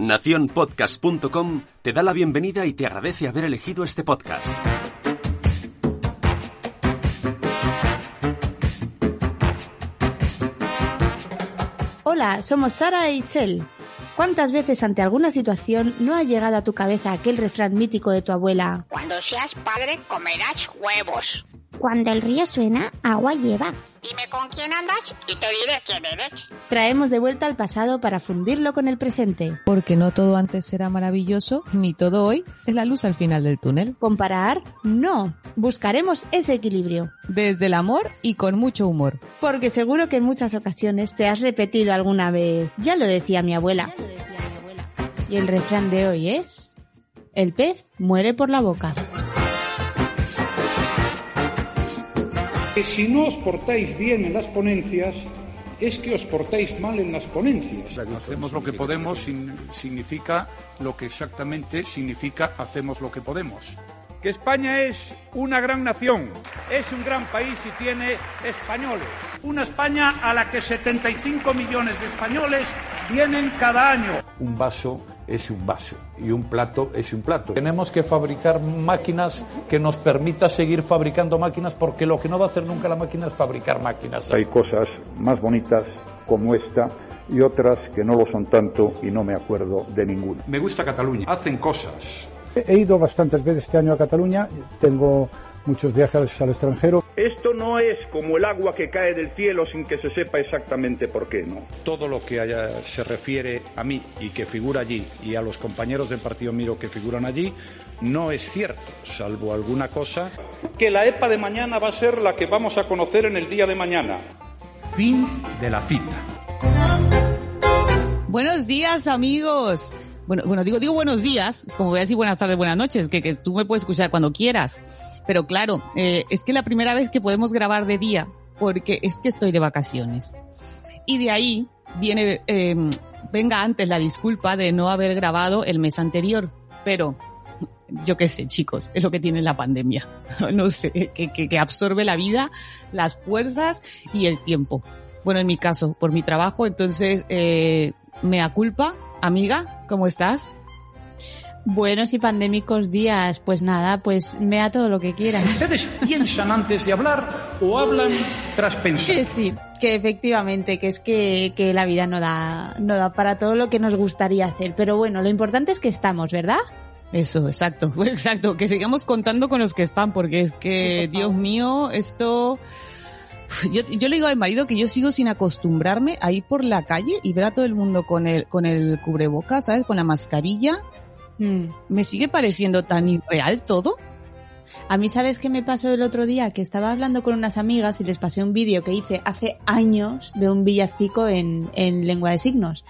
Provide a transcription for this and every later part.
Nacionpodcast.com te da la bienvenida y te agradece haber elegido este podcast. Hola, somos Sara e Itzel. ¿Cuántas veces ante alguna situación no ha llegado a tu cabeza aquel refrán mítico de tu abuela? Cuando seas padre comerás huevos. Cuando el río suena, agua lleva. Dime con quién andas y te diré quién eres. Traemos de vuelta al pasado para fundirlo con el presente. Porque no todo antes era maravilloso, ni todo hoy es la luz al final del túnel. ¿Comparar? No. Buscaremos ese equilibrio. Desde el amor y con mucho humor. Porque seguro que en muchas ocasiones te has repetido alguna vez. Ya lo decía mi abuela. Y el refrán de hoy es: el pez muere por la boca. Que si no os portáis bien en las ponencias, es que os portáis mal en las ponencias. Hacemos lo que podemos significa lo que exactamente significa hacemos lo que podemos. Que España es una gran nación, es un gran país y tiene españoles. Una España a la que 75 millones de españoles vienen cada año. Un vaso es un vaso y un plato es un plato. Tenemos que fabricar máquinas que nos permita seguir fabricando máquinas, porque lo que no va a hacer nunca la máquina es fabricar máquinas. Hay cosas más bonitas como esta y otras que no lo son tanto y no me acuerdo de ninguna. Me gusta Cataluña, hacen cosas. He ido bastantes veces este año a Cataluña, tengo muchos viajes al extranjero. Esto no es como el agua que cae del cielo sin que se sepa exactamente por qué, ¿no? Todo lo que se refiere a mí y que figura allí y a los compañeros del Partido Miro que figuran allí no es cierto, salvo alguna cosa. Que la EPA de mañana va a ser la que vamos a conocer en el día de mañana. Fin de la cita. Buenos días, amigos. Bueno, digo buenos días, como voy a decir buenas tardes, buenas noches, que tú me puedes escuchar cuando quieras. Pero claro, es que la primera vez que podemos grabar de día, porque es que estoy de vacaciones. Y de ahí venga antes la disculpa de no haber grabado el mes anterior. Pero, yo qué sé, chicos, es lo que tiene la pandemia. No sé, que absorbe la vida, las fuerzas y el tiempo. Bueno, en mi caso, por mi trabajo, entonces, mea culpa. Amiga, ¿cómo estás? Buenos y pandémicos días. Pues nada, pues vea todo lo que quieras. ¿Ustedes piensan antes de hablar o hablan tras pensar? Que sí, que efectivamente, que es que la vida no da para todo lo que nos gustaría hacer. Pero bueno, lo importante es que estamos, ¿verdad? Eso, exacto, que sigamos contando con los que están, porque es que, Dios mío, esto... Yo le digo al marido que yo sigo sin acostumbrarme a ir por la calle y ver a todo el mundo con el cubrebocas, ¿sabes? Con la mascarilla. Me sigue pareciendo tan irreal todo. A mí, ¿sabes qué me pasó el otro día? Que estaba hablando con unas amigas y les pasé un vídeo que hice hace años de un villancico en lengua de signos.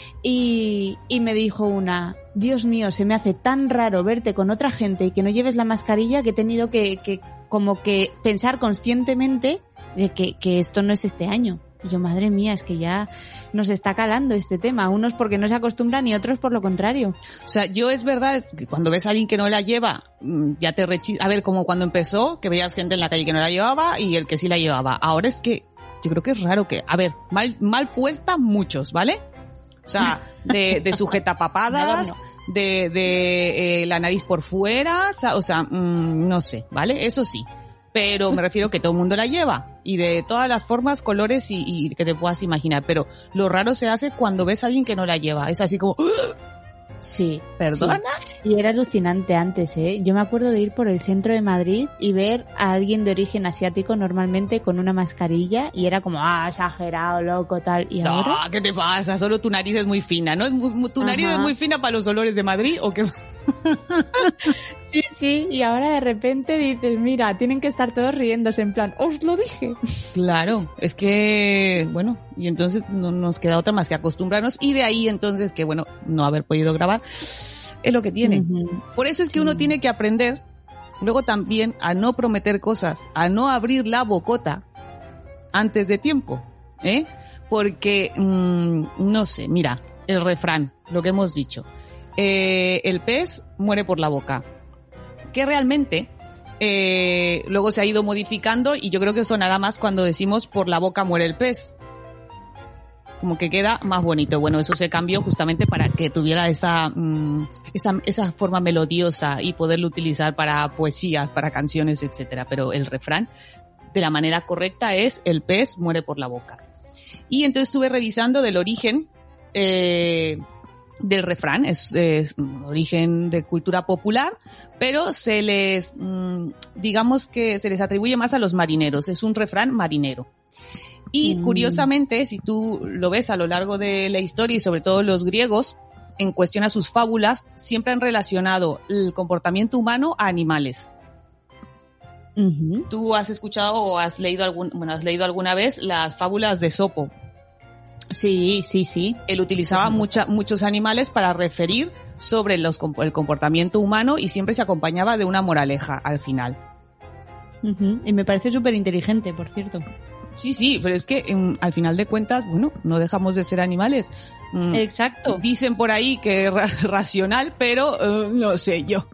Y me dijo una: Dios mío, se me hace tan raro verte con otra gente y que no lleves la mascarilla, que he tenido que como que pensar conscientemente de que esto no es este año. Y yo, madre mía, es que ya nos está calando este tema. Unos porque no se acostumbran y otros por lo contrario. O sea, yo es verdad que cuando ves a alguien que no la lleva, ya te rechisa. A ver, como cuando empezó, que veías gente en la calle que no la llevaba y el que sí la llevaba. Ahora es que yo creo que es raro que... A ver, mal puesta muchos, ¿vale? O sea, de sujetapapadas, de la nariz por fuera, o sea, no sé, ¿vale? Eso sí. Pero me refiero que todo el mundo la lleva. Y de todas las formas, colores y que te puedas imaginar. Pero lo raro se hace cuando ves a alguien que no la lleva. Es así como... Sí. ¿Perdona? Sí. Y era alucinante antes, ¿eh? Yo me acuerdo de ir por el centro de Madrid y ver a alguien de origen asiático normalmente con una mascarilla y era como, exagerado, loco, tal. Y ahora... No, ¿qué te pasa? Solo tu nariz es muy fina, ¿no? ¿Tu nariz es muy fina para los olores de Madrid o qué? Sí, y ahora de repente dices, mira, tienen que estar todos riéndose en plan, os lo dije. Claro, es que, bueno, y entonces no nos queda otra más que acostumbrarnos y de ahí entonces que, bueno, no haber podido grabar es lo que tiene. Por eso es que uno tiene que aprender luego también a no prometer cosas, a no abrir la bocota antes de tiempo, ¿eh? Porque, no sé, mira, el refrán, lo que hemos dicho. El pez muere por la boca, que realmente luego se ha ido modificando y yo creo que sonará más cuando decimos por la boca muere el pez. como que queda más bonito. Bueno, eso se cambió justamente para que tuviera esa forma melodiosa y poderlo utilizar para poesías, para canciones, etcétera. Pero el refrán, de la manera correcta, es el pez muere por la boca. Y entonces estuve revisando del origen del refrán, es un origen de cultura popular, pero se les, digamos que se les atribuye más a los marineros, es un refrán marinero. Y curiosamente, si tú lo ves a lo largo de la historia y sobre todo los griegos, en cuestión a sus fábulas, siempre han relacionado el comportamiento humano a animales. ¿Tú has escuchado o has leído alguna vez las fábulas de Esopo? Sí. Él utilizaba muchos animales para referir sobre el comportamiento humano y siempre se acompañaba de una moraleja al final. Y me parece súper inteligente, por cierto. Sí, pero es que al final de cuentas, bueno, no dejamos de ser animales. Exacto. Dicen por ahí que es racional, pero no sé yo.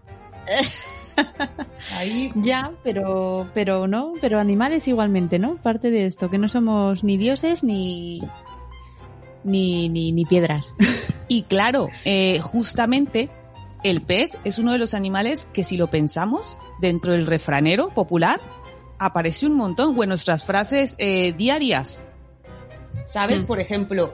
Ahí. Ya, pero no, pero animales igualmente, ¿no? Parte de esto, que no somos ni dioses ni piedras. Y claro, justamente el pez es uno de los animales que, si lo pensamos, dentro del refranero popular, aparece un montón. Bueno, nuestras frases diarias. ¿Sabes? Por ejemplo,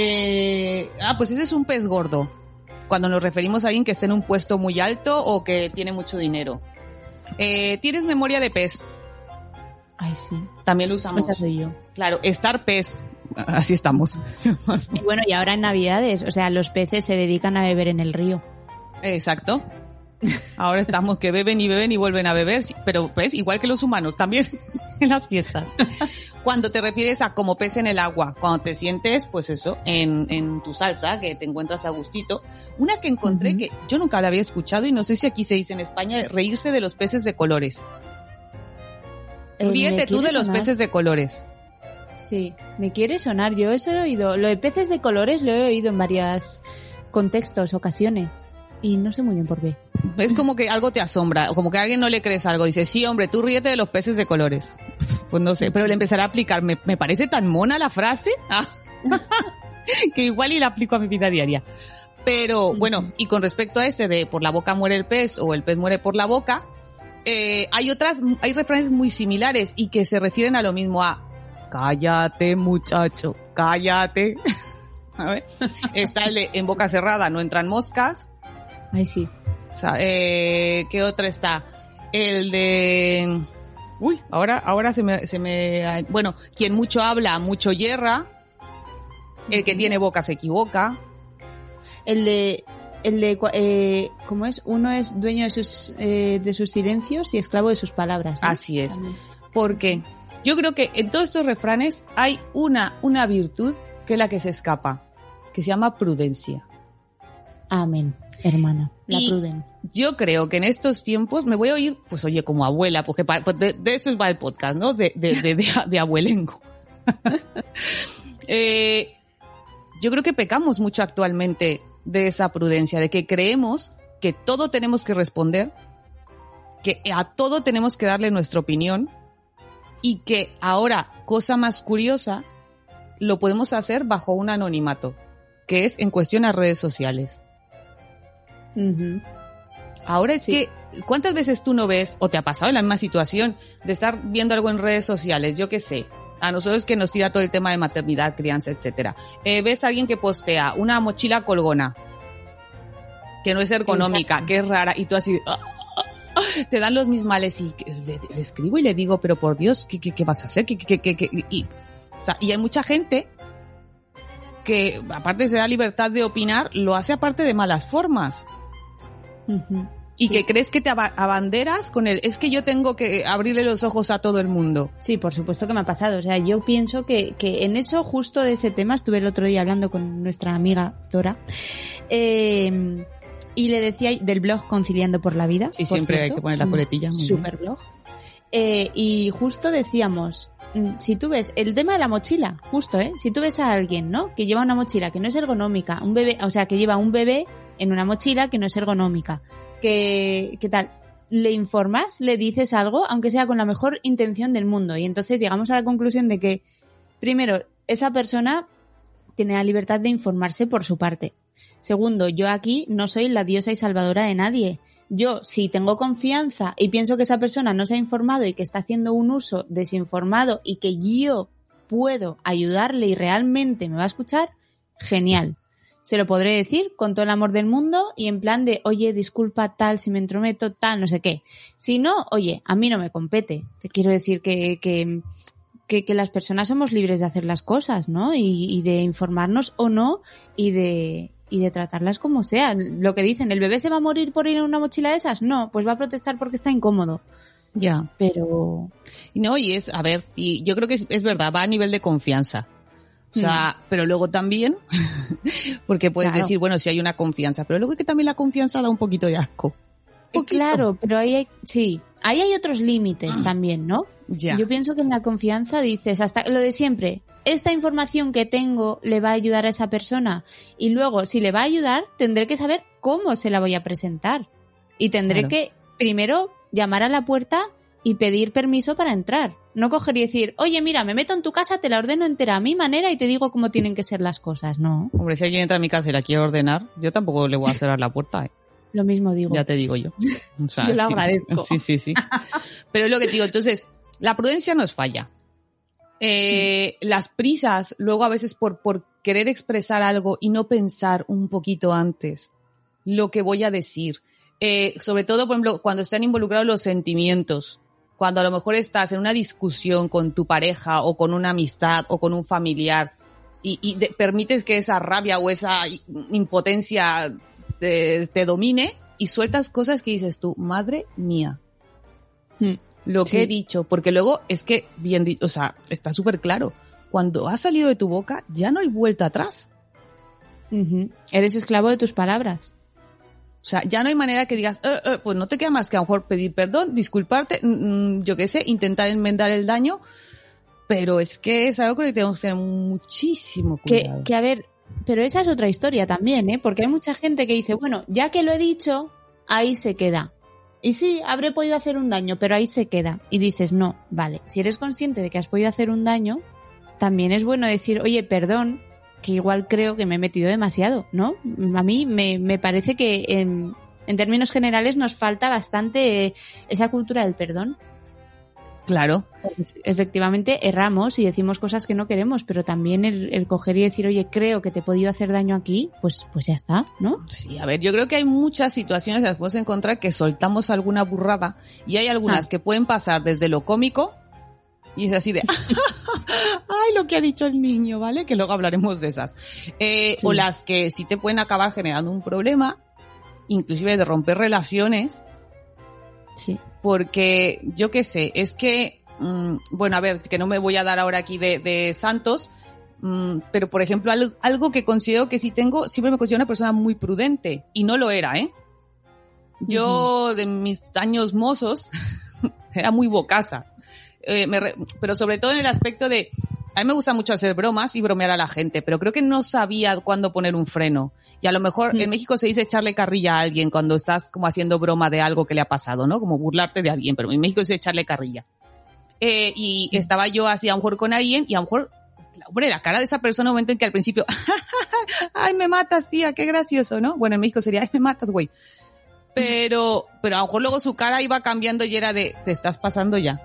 pues ese es un pez gordo. Cuando nos referimos a alguien que esté en un puesto muy alto o que tiene mucho dinero. Tienes memoria de pez. Ay, sí. También lo usamos. Esa soy yo. Claro, estar pez. Así estamos. Y bueno, y ahora en Navidades, o sea, los peces se dedican a beber en el río. Exacto. Ahora estamos que beben y vuelven a beber, pero pues igual que los humanos también en las fiestas. Cuando te refieres a como pez en el agua, cuando te sientes, pues eso, en tu salsa, que te encuentras a gustito. Una que encontré que yo nunca la había escuchado y no sé si aquí se dice en España, reírse de los peces de colores. Ríete tú de los peces de colores. Sí, me quiere sonar. Yo eso he oído. Lo de peces de colores lo he oído en varios contextos, ocasiones. Y no sé muy bien por qué. Es como que algo te asombra, o como que a alguien no le crees algo. Dice, sí, hombre, tú ríete de los peces de colores. Pues no sé, pero le empezaré a aplicar. Me parece tan mona la frase que igual y la aplico a mi vida diaria. Pero bueno, y con respecto a este de por la boca muere el pez o el pez muere por la boca, hay refranes muy similares y que se refieren a lo mismo, a cállate, muchacho, cállate. A ver. Está el de en boca cerrada no entran moscas. Ay, sí. O sea, ¿qué otra está? El de... Uy, ahora se me... Bueno, quien mucho habla, mucho yerra. El que tiene boca se equivoca. El de ¿cómo es? Uno es dueño de sus silencios y esclavo de sus palabras, ¿no? Así es. Porque yo creo que en todos estos refranes hay una virtud que es la que se escapa, que se llama prudencia. Amén, hermana. La pruden. Yo creo que en estos tiempos me voy a oír, pues oye, como abuela, porque de esto va el podcast, ¿no? De abuelengo. Yo creo que pecamos mucho actualmente de esa prudencia, de que creemos que todo tenemos que responder, que a todo tenemos que darle nuestra opinión y que ahora, cosa más curiosa, lo podemos hacer bajo un anonimato, que es en cuestión a redes sociales. Ahora es que, ¿cuántas veces tú no ves, o te ha pasado en la misma situación, de estar viendo algo en redes sociales? Yo qué sé, a nosotros que nos tira todo el tema de maternidad, crianza, etcétera. Ves a alguien que postea una mochila colgona, que no es ergonómica, exacto, que es rara, y tú así, te dan los mismales y le escribo y le digo, pero por Dios, ¿qué vas a hacer? Y hay mucha gente que, aparte se da libertad de opinar, lo hace aparte de malas formas. Y que crees que te abanderas con él. Es que yo tengo que abrirle los ojos a todo el mundo. Sí, por supuesto que me ha pasado. O sea, yo pienso que en eso, justo de ese tema, estuve el otro día hablando con nuestra amiga Dora. Y le decía del blog Conciliando por la Vida. Sí, siempre cierto, hay que poner la coletilla. Super blog. Y justo decíamos, si tú ves el tema de la mochila, justo, si tú ves a alguien, ¿no? Que lleva una mochila que no es ergonómica, un bebé, o sea, que lleva un bebé en una mochila que no es ergonómica, ¿qué tal? Le informas, le dices algo, aunque sea con la mejor intención del mundo, y entonces llegamos a la conclusión de que, primero, esa persona tiene la libertad de informarse por su parte. Segundo, yo aquí no soy la diosa y salvadora de nadie. Yo, si tengo confianza y pienso que esa persona no se ha informado y que está haciendo un uso desinformado y que yo puedo ayudarle y realmente me va a escuchar, genial. Se lo podré decir con todo el amor del mundo y en plan de, oye, disculpa tal, si me entrometo tal, no sé qué. Si no, oye, a mí no me compete. Te quiero decir que las personas somos libres de hacer las cosas, ¿no? Y de informarnos o no y de tratarlas como sea. Lo que dicen, ¿el bebé se va a morir por ir en una mochila de esas? No, pues va a protestar porque está incómodo. Ya. Pero... No, y y yo creo que es verdad, va a nivel de confianza. O sea, pero luego también, porque puedes decir, bueno, si hay una confianza, pero luego es que también la confianza da un poquito de asco. Claro, pero ahí hay otros límites también, ¿no? Ya. Yo pienso que en la confianza dices, hasta lo de siempre, esta información que tengo le va a ayudar a esa persona y luego, si le va a ayudar, tendré que saber cómo se la voy a presentar. Y tendré que primero llamar a la puerta y pedir permiso para entrar. No coger y decir, oye, mira, me meto en tu casa, te la ordeno entera a mi manera y te digo cómo tienen que ser las cosas, ¿no? Hombre, si alguien entra a mi casa y la quiere ordenar, yo tampoco le voy a cerrar la puerta, ¿eh? Lo mismo digo. Ya te digo yo. O sea, yo lo agradezco. Sí. Pero es lo que te digo, entonces, la prudencia nos falla. Las prisas, luego a veces por querer expresar algo y no pensar un poquito antes lo que voy a decir. Sobre todo, por ejemplo, cuando están involucrados los sentimientos. Cuando a lo mejor estás en una discusión con tu pareja o con una amistad o con un familiar y permites que esa rabia o esa impotencia te domine y sueltas cosas que dices tú, madre mía, lo que he dicho, porque luego es que, o sea, está súper claro, cuando ha salido de tu boca ya no hay vuelta atrás. Eres esclavo de tus palabras. O sea, ya no hay manera que digas, pues no te queda más que a lo mejor pedir perdón, disculparte, yo qué sé, intentar enmendar el daño, pero es que es algo que tenemos que tener muchísimo cuidado. Que a ver, pero esa es otra historia también, ¿eh? Porque hay mucha gente que dice, bueno, ya que lo he dicho, ahí se queda. Y sí, habré podido hacer un daño, pero ahí se queda. Y dices, no, vale, si eres consciente de que has podido hacer un daño, también es bueno decir, oye, perdón, que igual creo que me he metido demasiado, ¿no? A mí me parece que en términos generales nos falta bastante esa cultura del perdón. Claro. Efectivamente erramos y decimos cosas que no queremos, pero también el coger y decir, oye, creo que te he podido hacer daño aquí, pues ya está, ¿no? Sí, a ver, yo creo que hay muchas situaciones en las que podemos encontrar que soltamos alguna burrada y hay algunas que pueden pasar desde lo cómico y es así de, ay, lo que ha dicho el niño, ¿vale? Que luego hablaremos de esas. O las que sí te pueden acabar generando un problema, inclusive de romper relaciones. Sí. Porque, yo qué sé, es que, bueno, a ver, que no me voy a dar ahora aquí de santos, pero por ejemplo, algo que considero que sí tengo, siempre me considero una persona muy prudente, y no lo era, ¿eh? Yo, de mis años mozos, era muy bocasa. Pero sobre todo en el aspecto de, a mí me gusta mucho hacer bromas y bromear a la gente, pero creo que no sabía cuándo poner un freno. Y a lo mejor en México se dice echarle carrilla a alguien cuando estás como haciendo broma de algo que le ha pasado, ¿no? Como burlarte de alguien, pero en México se dice echarle carrilla. Y estaba yo así a lo mejor con alguien y a lo mejor, hombre, la cara de esa persona en un momento en que al principio, ay, me matas, tía, qué gracioso, ¿no? Bueno, en México sería, ay, me matas, güey. Pero a lo mejor luego su cara iba cambiando y era de, te estás pasando ya.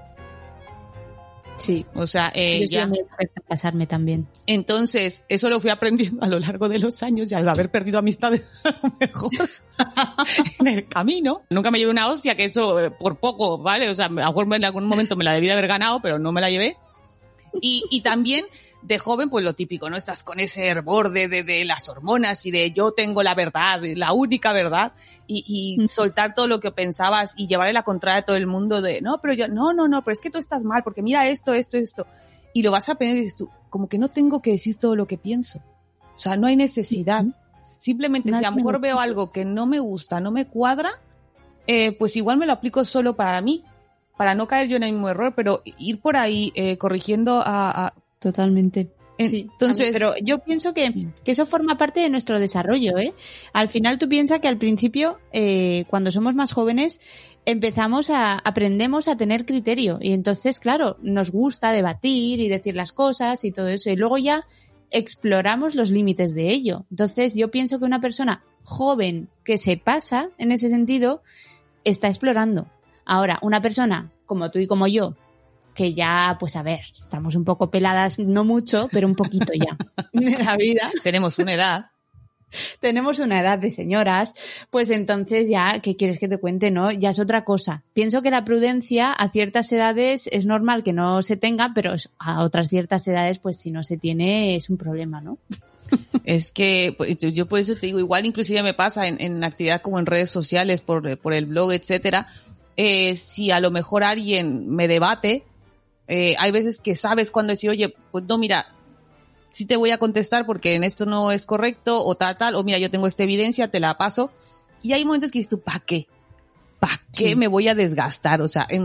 Sí, o sea, yo ya me pasarme también. Entonces, eso lo fui aprendiendo a lo largo de los años y al haber perdido amistades a lo mejor en el camino. Nunca me llevé una hostia, que eso por poco, ¿vale? O sea, a lo mejor en algún momento me la debí de haber ganado, pero no me la llevé. Y también de joven, pues lo típico, ¿no? Estás con ese hervor de las hormonas y de yo tengo la verdad, la única verdad, y soltar todo lo que pensabas y llevarle la contraria a todo el mundo de, no, pero yo, no, pero es que tú estás mal, porque mira esto. Y lo vas a aprender y dices tú, como que no tengo que decir todo lo que pienso. O sea, no hay necesidad. Simplemente si a lo mejor veo algo que no me gusta, no me cuadra, pues igual me lo aplico solo para mí, para no caer yo en el mismo error, pero ir por ahí corrigiendo a Totalmente. Sí, entonces, pero yo pienso que eso forma parte de nuestro desarrollo, ¿eh? Al final tú piensas que al principio, cuando somos más jóvenes, aprendemos a tener criterio y entonces, claro, nos gusta debatir y decir las cosas y todo eso y luego ya exploramos los límites de ello. Entonces yo pienso que una persona joven que se pasa en ese sentido está explorando. Ahora, una persona como tú y como yo, que ya, pues a ver, estamos un poco peladas, no mucho, pero un poquito ya de la vida. Tenemos una edad. Tenemos una edad de señoras, pues entonces ya, ¿qué quieres que te cuente, no? Ya es otra cosa. Pienso que la prudencia a ciertas edades es normal que no se tenga, pero a otras ciertas edades, pues si no se tiene, es un problema, ¿no? Es que yo por eso te digo, igual inclusive me pasa en actividad como en redes sociales, por el blog, etcétera, si a lo mejor alguien me debate, hay veces que sabes cuándo decir, oye, pues no, mira, sí te voy a contestar porque en esto no es correcto, o tal, o mira, yo tengo esta evidencia, te la paso. Y hay momentos que dices tú, ¿para qué? ¿Para qué me voy a desgastar? O sea,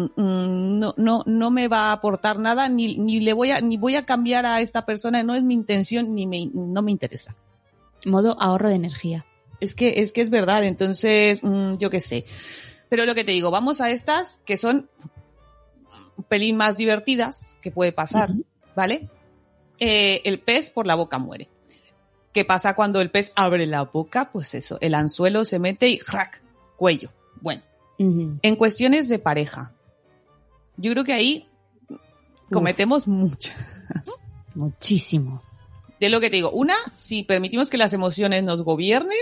no me va a aportar nada, ni voy a cambiar a esta persona, no es mi intención, no me interesa. Modo ahorro de energía. Es que es verdad, entonces, yo qué sé. Pero lo que te digo, vamos a estas que son un pelín más divertidas, que puede pasar, ¿vale? El pez por la boca muere. ¿Qué pasa cuando el pez abre la boca? Pues eso, el anzuelo se mete y ¡crack! Cuello. Bueno, en cuestiones de pareja, yo creo que ahí cometemos muchas. Muchísimo. De lo que te digo, una, si permitimos que las emociones nos gobiernen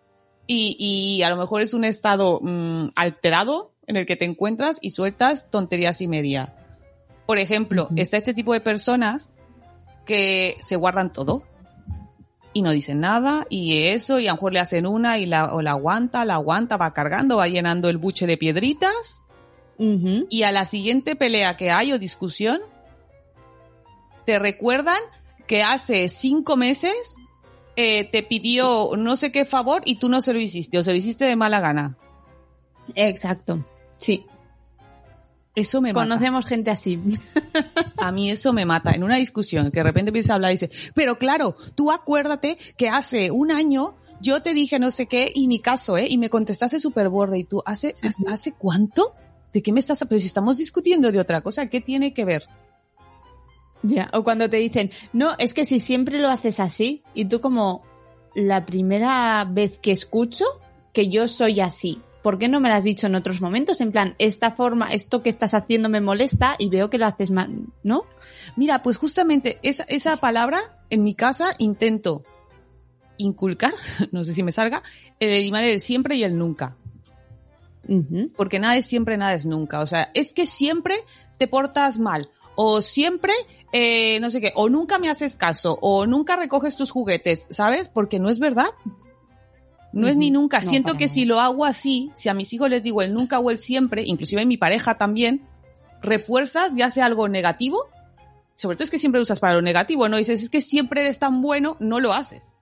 y a lo mejor es un estado alterado en el que te encuentras y sueltas tonterías y media. Por ejemplo, está este tipo de personas que se guardan todo y no dicen nada y eso, y a lo mejor le hacen una y la aguanta, va cargando, va llenando el buche de piedritas y a la siguiente pelea que hay o discusión te recuerdan que hace 5 meses te pidió no sé qué favor y tú no se lo hiciste o se lo hiciste de mala gana. Exacto, sí. Eso me mata. Conocemos gente así. A mí eso me mata. En una discusión que de repente empieza a hablar y dice, pero claro, tú acuérdate que hace un año yo te dije no sé qué y ni caso, y me contestaste súper borde y tú, ¿hace cuánto? ¿De qué me estás? Pero si estamos discutiendo de otra cosa, ¿qué tiene que ver? Ya, o cuando te dicen, no, es que si siempre lo haces así y tú como, la primera vez que escucho que yo soy así. ¿Por qué no me lo has dicho en otros momentos? En plan, esta forma, esto que estás haciendo me molesta y veo que lo haces mal, ¿no? Mira, pues justamente esa palabra en mi casa intento inculcar, no sé si me salga, el siempre y el nunca. Porque nada es siempre, nada es nunca. O sea, es que siempre te portas mal o siempre, no sé qué, o nunca me haces caso o nunca recoges tus juguetes, ¿sabes? Porque no es verdad. No es ni nunca. Siento que si lo hago así, si a mis hijos les digo el nunca o el siempre, inclusive en mi pareja también, refuerzas ya sea algo negativo, sobre todo es que siempre lo usas para lo negativo, ¿no? Dices, es que siempre eres tan bueno, no lo haces.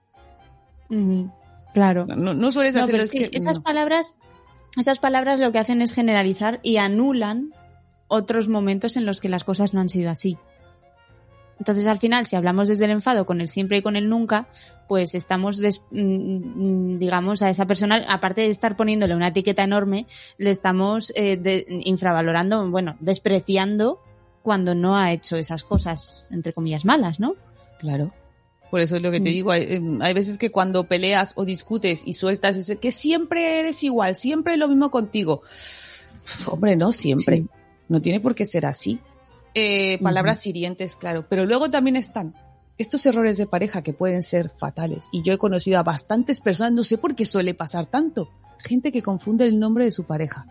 Claro. No sueles hacer... Pero es que esas palabras lo que hacen es generalizar y anulan otros momentos en los que las cosas no han sido así. Entonces, al final, si hablamos desde el enfado con el siempre y con el nunca, pues estamos, digamos, a esa persona, aparte de estar poniéndole una etiqueta enorme, le estamos infravalorando, bueno, despreciando cuando no ha hecho esas cosas, entre comillas, malas, ¿no? Claro. Por eso es lo que te digo, hay veces que cuando peleas o discutes y sueltas ese, que siempre eres igual, siempre lo mismo contigo. Hombre, no siempre. Sí. No tiene por qué ser así. Palabras hirientes, claro. Pero luego también están estos errores de pareja que pueden ser fatales. Y yo he conocido a bastantes personas, no sé por qué suele pasar tanto. Gente que confunde el nombre de su pareja.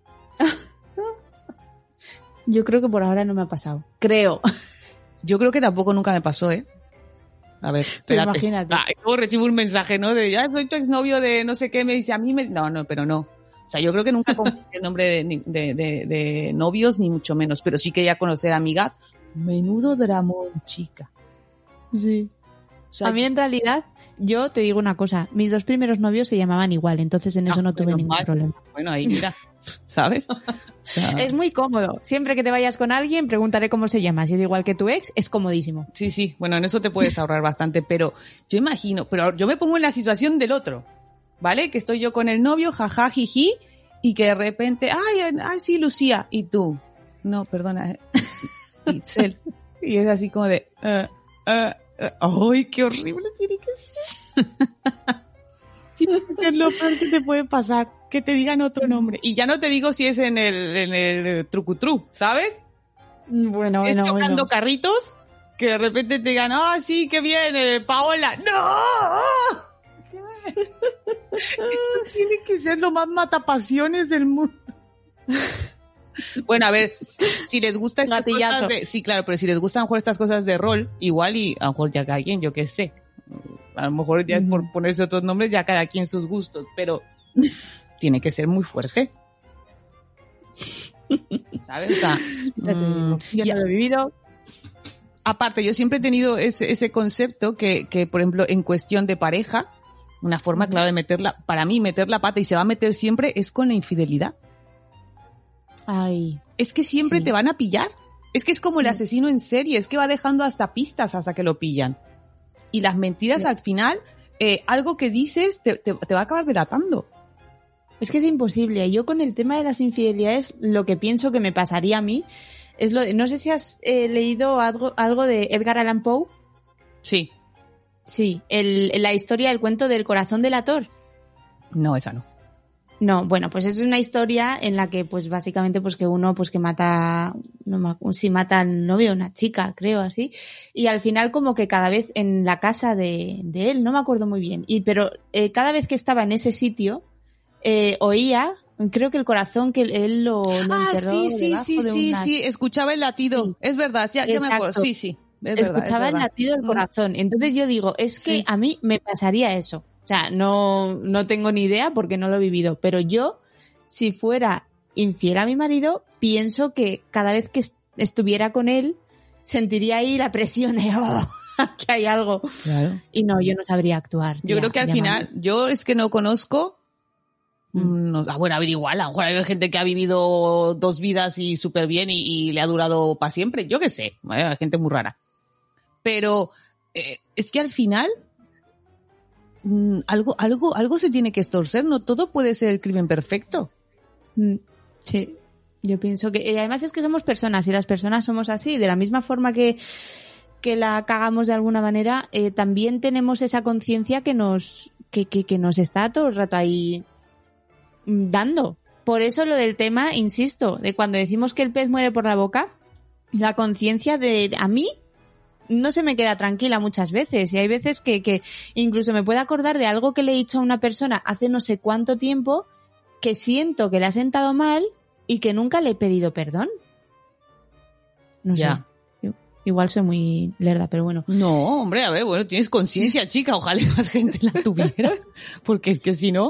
Yo creo que por ahora no me ha pasado. Creo. Yo creo que tampoco nunca me pasó, A ver, espérate. Imagínate. Luego recibo un mensaje, ¿no? De, soy tu exnovio de no sé qué, me dice, No, pero no. O sea, yo creo que nunca confundí el nombre de novios, ni mucho menos, pero sí quería conocer amigas. Menudo dramón, chica. Sí. O sea, a mí en realidad, yo te digo una cosa, mis 2 primeros novios se llamaban igual, entonces en eso no tuve ningún problema. Bueno, ahí mira, ¿sabes? O sea, es muy cómodo. Siempre que te vayas con alguien, pregúntale cómo se llama. Si es igual que tu ex, es comodísimo. Sí, bueno, en eso te puedes ahorrar bastante, pero yo imagino, pero yo me pongo en la situación del otro, ¿vale? Que estoy yo con el novio, jaja, jiji, y que de repente, ay, sí, Lucía, y tú, no, perdona, Itzel. Y es así como de, ¡Ay, qué horrible tiene que ser! Tiene que ser lo peor que te puede pasar, que te digan otro nombre. Y ya no te digo si es en el trucutru, ¿sabes? Bueno, si es chocando carritos, que de repente te digan, sí, qué bien, Paola. ¡No! Esto tiene que ser lo más matapasiones del mundo. Bueno, a ver, si les gusta estas cosas sí, claro, pero si les gustan a lo mejor estas cosas de rol, igual y a lo mejor ya cada quien, yo qué sé. A lo mejor ya por ponerse otros nombres, ya cada quien sus gustos, pero tiene que ser muy fuerte. ¿Sabes? O sea, yo no lo he vivido. Aparte, yo siempre he tenido ese concepto que, por ejemplo, en cuestión de pareja, una forma clara de para mí, meter la pata y se va a meter siempre es con la infidelidad. Ay. Es que siempre te van a pillar. Es que es como el asesino en serie, es que va dejando hasta pistas hasta que lo pillan. Y las mentiras al final, algo que dices te va a acabar delatando. Es que es imposible. Yo con el tema de las infidelidades, lo que pienso que me pasaría a mí es no sé si has leído algo de Edgar Allan Poe. Sí. Sí, la historia, el cuento del corazón delator. No, esa no. No, bueno, pues es una historia en la que, pues básicamente, pues que uno, pues que mata, si mata al novio de una chica, creo, así, y al final como que cada vez en la casa de él, no me acuerdo muy bien, pero cada vez que estaba en ese sitio, oía, creo que el corazón que él lo enterró sí, escuchaba el latido, sí. Es verdad, ya me acuerdo, sí, es verdad. Escuchaba el latido del corazón, entonces yo digo, es que a mí me pasaría eso. O sea, no tengo ni idea porque no lo he vivido, pero yo, si fuera infiel a mi marido, pienso que cada vez que estuviera con él, sentiría ahí la presión de, que hay algo. Claro. Y no, yo no sabría actuar. Yo creo que al final, yo es que no conozco, bueno, a ver, igual, a lo mejor hay gente que ha vivido 2 vidas y súper bien y le ha durado para siempre, yo qué sé, hay gente muy rara. Pero es que al final algo se tiene que estorcer, no todo puede ser el crimen perfecto. Sí, yo pienso que además es que somos personas y las personas somos así, de la misma forma que la cagamos de alguna manera, también tenemos esa conciencia que nos está todo el rato ahí dando. Por eso lo del tema, insisto, de cuando decimos que el pez muere por la boca, la conciencia a mí no se me queda tranquila muchas veces, y hay veces que incluso me puedo acordar de algo que le he dicho a una persona hace no sé cuánto tiempo, que siento que le ha sentado mal y que nunca le he pedido perdón. No sé. Igual soy muy lerda, pero bueno. No, hombre, a ver, bueno, tienes conciencia, chica, ojalá más gente la tuviera, porque es que si no,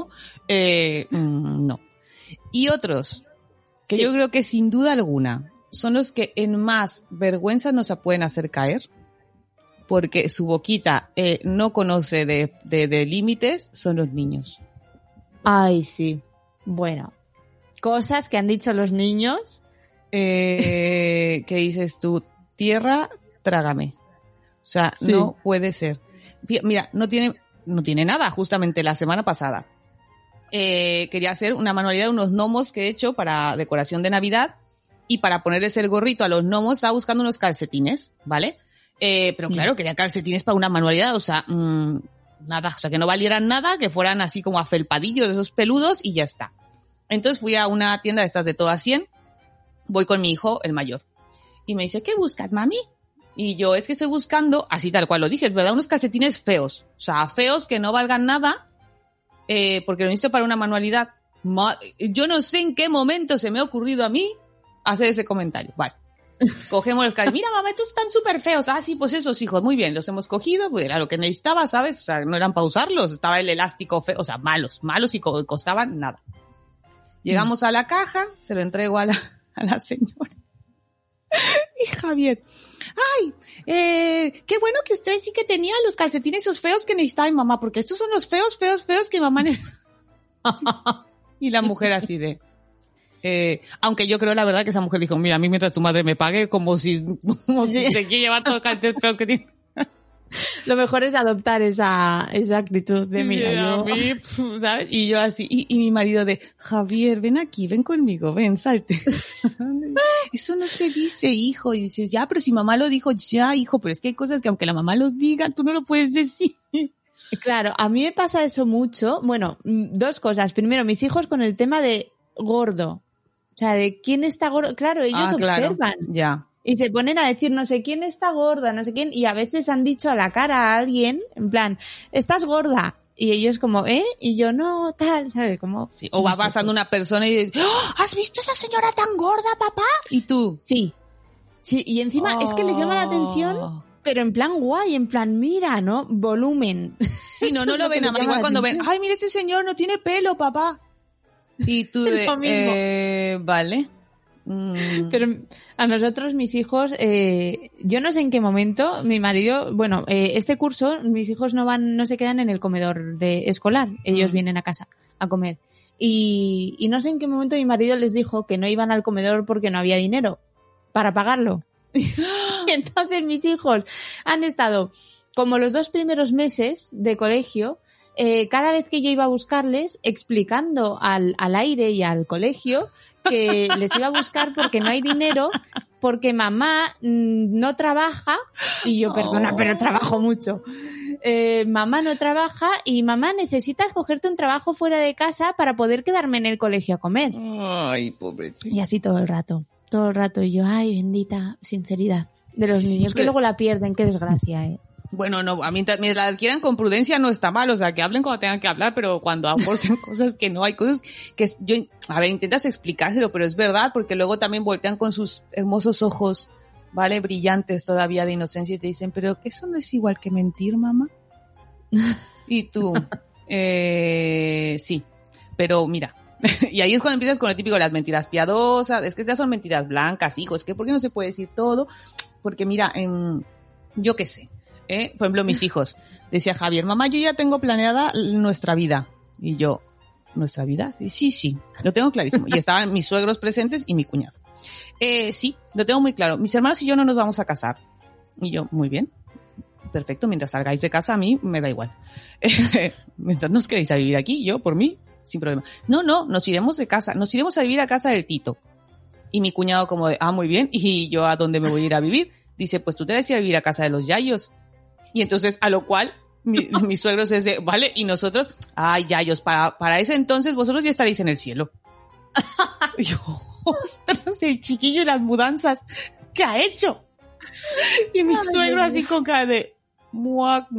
no. Y otros, que yo creo que sin duda alguna son los que en más vergüenza nos pueden hacer caer, porque su boquita no conoce de límites, son los niños. Ay, sí. Bueno, cosas que han dicho los niños. ¿Qué dices tú? Tierra, trágame. O sea, no puede ser. Mira, no tiene nada, justamente la semana pasada. Quería hacer una manualidad de unos gnomos que he hecho para decoración de Navidad, y para ponerles el gorrito a los gnomos estaba buscando unos calcetines, ¿vale? Pero claro, quería calcetines para una manualidad, o sea, nada, o sea, que no valieran nada, que fueran así como afelpadillos, esos peludos, y ya está. Entonces fui a una tienda de estas de todo a 100, voy con mi hijo, el mayor, y me dice, ¿qué buscas, mami? Y yo, es que estoy buscando, así tal cual lo dije, es verdad, unos calcetines feos, o sea, feos que no valgan nada, porque lo necesito para una manualidad. Yo no sé en qué momento se me ha ocurrido a mí hacer ese comentario. Vale. Cogemos los calcetines. Mira, mamá, estos están súper feos. Ah, sí, pues esos, hijos. Muy bien, los hemos cogido, pues era lo que necesitaba, ¿sabes? O sea, no eran para usarlos. Estaba el elástico feo, o sea, malos y costaban nada. Llegamos a la caja, se lo entrego a la señora. Y Javier, ay, qué bueno que usted sí que tenía los calcetines esos feos que necesitaba mi mamá, porque estos son los feos que mamá necesita. Y la mujer así de... aunque yo creo la verdad que esa mujer dijo, mira, a mí mientras tu madre me pague, como si te quiere llevar todos los calcetines feos que tiene. Lo mejor es adoptar esa actitud de mira, yo... ¿sabes? Y yo así, y mi marido de, Javier, ven aquí, ven conmigo, ven, salte. eso no se dice, hijo. Y dices, ya, pero si mamá lo dijo, ya, hijo, pero es que hay cosas que aunque la mamá los diga, tú no lo puedes decir. Claro, a mí me pasa eso mucho. Bueno, dos cosas. Primero, mis hijos con el tema de gordo. O sea, de quién está gordo. Claro, ellos observan. Ya. Y se ponen a decir no sé quién está gorda, no sé quién. Y a veces han dicho a la cara a alguien, en plan, estás gorda. Y ellos como, Y yo, no, tal, ¿sabes? Como, sí. O va pasando una persona y dices, ¡oh! ¿Has visto a esa señora tan gorda, papá? ¿Y tú? Sí. Sí, y encima es que les llama la atención, pero en plan guay, en plan, mira, ¿no? Volumen. Sí, no lo ven, igual cuando ven, ay, mira ese señor, no tiene pelo, papá. Y tú vale. Pero a nosotros, mis hijos, yo no sé en qué momento, mi marido, bueno, este curso, mis hijos no se quedan en el comedor escolar, ellos vienen a casa a comer. Y no sé en qué momento mi marido les dijo que no iban al comedor porque no había dinero para pagarlo. Y entonces mis hijos han estado, como los 2 primeros meses de colegio, cada vez que yo iba a buscarles, explicando al aire y al colegio que les iba a buscar porque no hay dinero, porque mamá no trabaja, y yo, perdona, pero trabajo mucho. Mamá no trabaja y mamá, necesitas cogerte un trabajo fuera de casa para poder quedarme en el colegio a comer. Ay, pobrecito. Y así todo el rato. Y yo, ay, bendita sinceridad de los niños, que luego la pierden, qué desgracia, Bueno, no, a mí mientras la adquieran con prudencia no está mal, o sea, que hablen cuando tengan que hablar, pero cuando aporten cosas que no hay cosas que intentas explicárselo, pero es verdad, porque luego también voltean con sus hermosos ojos, ¿vale? Brillantes todavía de inocencia y te dicen, pero que eso no es igual que mentir, mamá. Y tú, sí, pero mira. Y ahí es cuando empiezas con lo típico de las mentiras piadosas, es que ya son mentiras blancas, hijo, es que ¿por qué no se puede decir todo? Porque mira, yo qué sé. Por ejemplo, mis hijos. Decía Javier, mamá, yo ya tengo planeada nuestra vida. Y yo, ¿nuestra vida? Sí, lo tengo clarísimo. Y estaban mis suegros presentes y mi cuñado. Sí, lo tengo muy claro. Mis hermanos y yo no nos vamos a casar. Y yo, muy bien. Perfecto, mientras salgáis de casa a mí me da igual. Mientras nos quedéis a vivir aquí, yo, por mí, sin problema. No, nos iremos de casa. Nos iremos a vivir a casa del Tito. Y mi cuñado como de, muy bien. Y yo, ¿a dónde me voy a ir a vivir? Dice, pues tú te vas a ir a vivir a casa de los yayos. Y entonces, a lo cual, mis suegros es de, vale, y nosotros, yayos, para ese entonces vosotros ya estaréis en el cielo. Y yo, ostras, el chiquillo y las mudanzas, ¿qué ha hecho? Y mi suegro así con cara de, muac.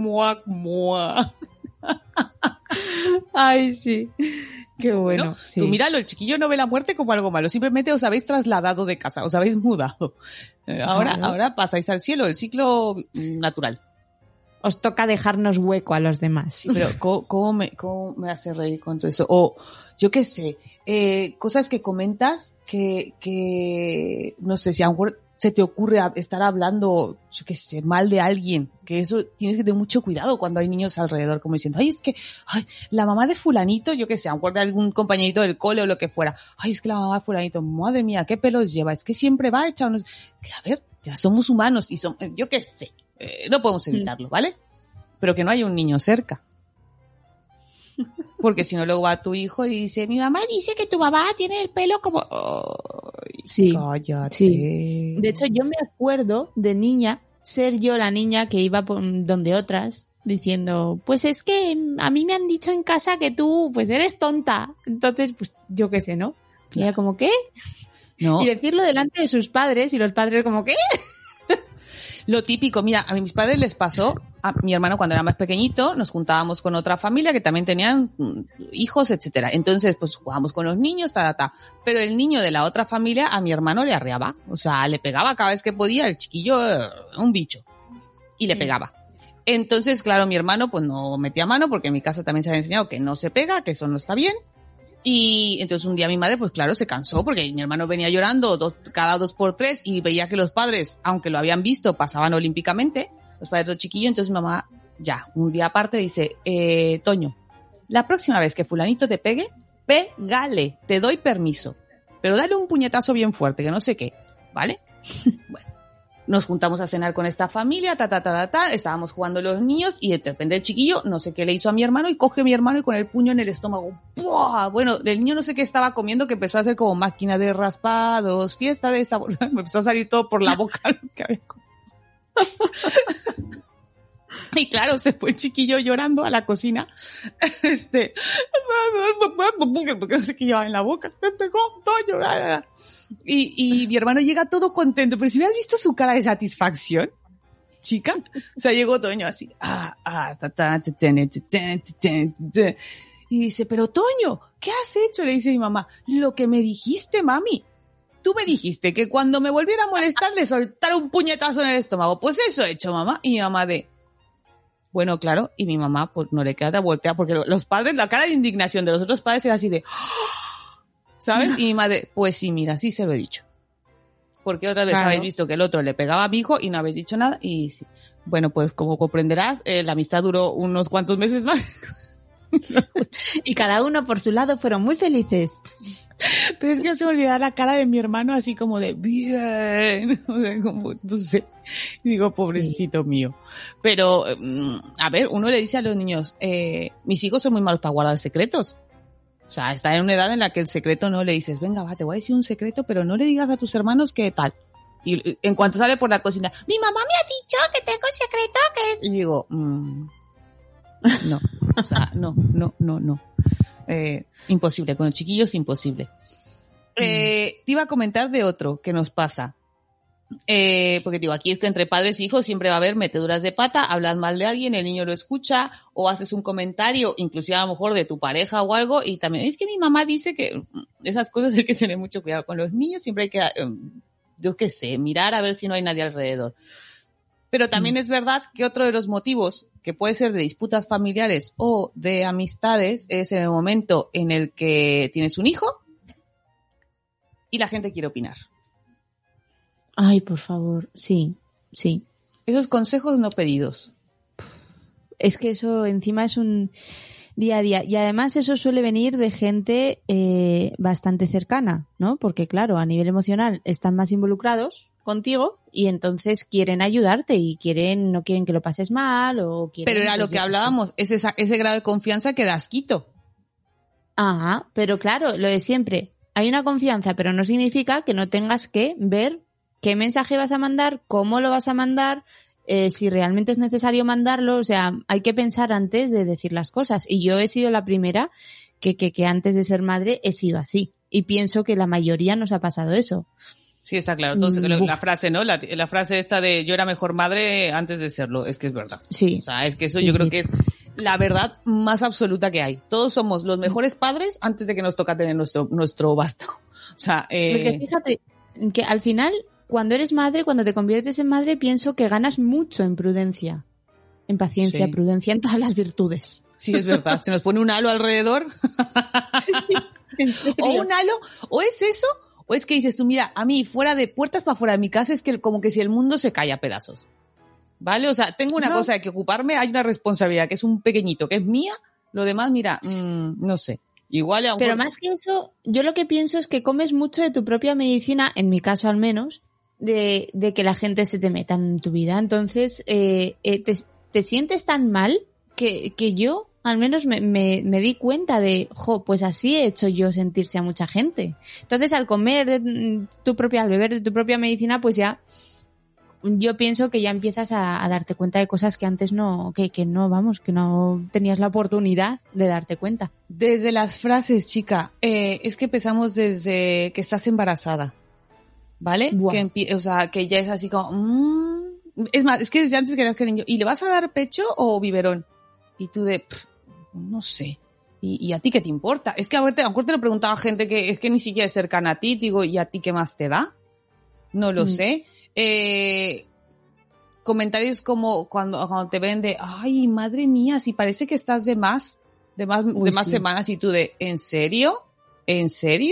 Ay, sí. Qué bueno. Sí. Tú míralo, el chiquillo no ve la muerte como algo malo, simplemente os habéis trasladado de casa, os habéis mudado. Ahora pasáis al cielo, el ciclo natural. Os toca dejarnos hueco a los demás. Sí, pero ¿cómo me hace reír con todo eso? O, yo qué sé, cosas que comentas que no sé, si a lo mejor se te ocurre estar hablando, yo qué sé, mal de alguien, que eso tienes que tener mucho cuidado cuando hay niños alrededor, como diciendo, es que la mamá de fulanito, yo qué sé, a lo mejor de algún compañerito del cole o lo que fuera, es que la mamá de fulanito, madre mía, qué pelos lleva, es que siempre va hecha unos... Que, a ver, ya somos humanos y yo qué sé, no podemos evitarlo, ¿vale? Pero que no haya un niño cerca. Porque si no, luego va tu hijo y dice, mi mamá dice que tu mamá tiene el pelo como... Sí, cállate. Sí. De hecho, yo me acuerdo de niña, ser yo la niña que iba donde otras, diciendo, pues es que a mí me han dicho en casa que tú, pues eres tonta. Entonces, pues yo qué sé, ¿no? Y ella como, ¿qué? No. Y decirlo delante de sus padres y los padres como, ¿qué? Lo típico, mira, a mis padres les pasó, a mi hermano cuando era más pequeñito, nos juntábamos con otra familia que también tenían hijos, etcétera. Entonces, pues jugábamos con los niños, pero el niño de la otra familia a mi hermano le arreaba, o sea, le pegaba cada vez que podía, el chiquillo, un bicho, y le pegaba. Entonces, claro, mi hermano pues no metía mano porque en mi casa también se había enseñado que no se pega, que eso no está bien. Y entonces un día mi madre, pues claro, se cansó porque mi hermano venía llorando cada 2 por 3 y veía que los padres, aunque lo habían visto, pasaban olímpicamente, los padres del chiquillo. Entonces mi mamá, ya, un día aparte dice, Toño, la próxima vez que fulanito te pegue, pégale, te doy permiso, pero dale un puñetazo bien fuerte, que no sé qué, ¿vale? Bueno, nos juntamos a cenar con esta familia, estábamos jugando los niños y de repente el chiquillo, no sé qué le hizo a mi hermano y coge a mi hermano y con el puño en el estómago, ¡buah! Bueno, el niño no sé qué estaba comiendo que empezó a hacer como máquina de raspados, fiesta de sabor, me empezó a salir todo por la boca lo que había comido. Y claro, se fue el chiquillo llorando a la cocina, porque no sé qué llevaba en la boca, me pegó, todo llorando. Y mi hermano llega todo contento, pero si hubieras visto su cara de satisfacción, chica, o sea, llegó Toño así, y dice, pero Toño, ¿qué has hecho? Le dice mi mamá, lo que me dijiste, mami. Tú me dijiste que cuando me volviera a molestar le soltara un puñetazo en el estómago. Pues eso he hecho, mamá. Y mi mamá bueno, claro, y mi mamá pues no le queda de voltear, porque los padres, la cara de indignación de los otros padres era así de, ¿sabes? Y mi madre, pues sí, mira, sí se lo he dicho. Porque otra vez habéis visto que el otro le pegaba a mi hijo y no habéis dicho nada, y sí. Bueno, pues como comprenderás, la amistad duró unos cuantos meses más. Y cada uno por su lado fueron muy felices. Pero es que se me olvidaba la cara de mi hermano así como de bien, o sea, como, no sé, y digo, pobrecito mío. Pero, a ver, uno le dice a los niños, mis hijos son muy malos para guardar secretos. O sea, está en una edad en la que el secreto no le dices, venga, va, te voy a decir un secreto, pero no le digas a tus hermanos qué tal. Y en cuanto sale por la cocina, mi mamá me ha dicho que tengo secreto, que es... Y digo, no, o sea, no. Imposible, con los chiquillos imposible. Te iba a comentar de otro que nos pasa. Porque digo, aquí es que entre padres e hijos siempre va a haber meteduras de pata, hablas mal de alguien, el niño lo escucha, o haces un comentario, inclusive a lo mejor de tu pareja o algo, y también es que mi mamá dice que esas cosas hay que tener mucho cuidado con los niños, siempre hay que, yo qué sé, mirar a ver si no hay nadie alrededor. Pero también es verdad que otro de los motivos, que puede ser de disputas familiares o de amistades, es en el momento en el que tienes un hijo y la gente quiere opinar. Ay, por favor, sí. Esos consejos no pedidos. Es que eso encima es un día a día. Y además eso suele venir de gente bastante cercana, ¿no? Porque claro, a nivel emocional están más involucrados contigo y entonces quieren ayudarte y no quieren que lo pases mal o quieren... Pero era lo que hablábamos, es ese grado de confianza que das quito. Ajá, pero claro, lo de siempre. Hay una confianza, pero no significa que no tengas que ver qué mensaje vas a mandar, cómo lo vas a mandar, si realmente es necesario mandarlo. O sea, hay que pensar antes de decir las cosas. Y yo he sido la primera que antes de ser madre he sido así. Y pienso que la mayoría nos ha pasado eso. Sí, está claro. Entonces, la frase, ¿no? La frase esta de yo era mejor madre antes de serlo, es que es verdad. Sí. O sea, es que eso yo creo que es la verdad más absoluta que hay. Todos somos los mejores padres antes de que nos toca tener nuestro vástago. O sea, Es que fíjate que al final, cuando eres madre, cuando te conviertes en madre, pienso que ganas mucho en prudencia, en paciencia, prudencia, en todas las virtudes. Sí, es verdad. Se nos pone un halo alrededor. Sí, ¿en serio? O un halo, o es eso, o es que dices tú, mira, a mí fuera de puertas para fuera de mi casa es que como que si el mundo se cae a pedazos. ¿Vale? O sea, tengo una cosa de que ocuparme, hay una responsabilidad que es un pequeñito, que es mía, lo demás, mira, no sé. Igual a un... Pero más que eso, yo lo que pienso es que comes mucho de tu propia medicina, en mi caso al menos, de que la gente se te meta en tu vida. Entonces, te sientes tan mal que yo al menos me di cuenta de, pues así he hecho yo sentirse a mucha gente. Entonces, al comer al beber de tu propia medicina, pues ya, yo pienso que ya empiezas a darte cuenta de cosas que antes no tenías la oportunidad de darte cuenta. Desde las frases, chica, es que empezamos desde que estás embarazada, ¿vale? O sea, que ya es así como, es más, es que desde antes querías que el niño, ¿y le vas a dar pecho o biberón? Y tú no sé. ¿Y a ti qué te importa? Es que a lo mejor te lo preguntaba gente que es que ni siquiera es cercana a ti, digo, ¿y a ti qué más te da? No lo sé. Comentarios como cuando te ven de, ay, madre mía, si parece que estás de más semanas, y tú de, ¿en serio? ¿En serio?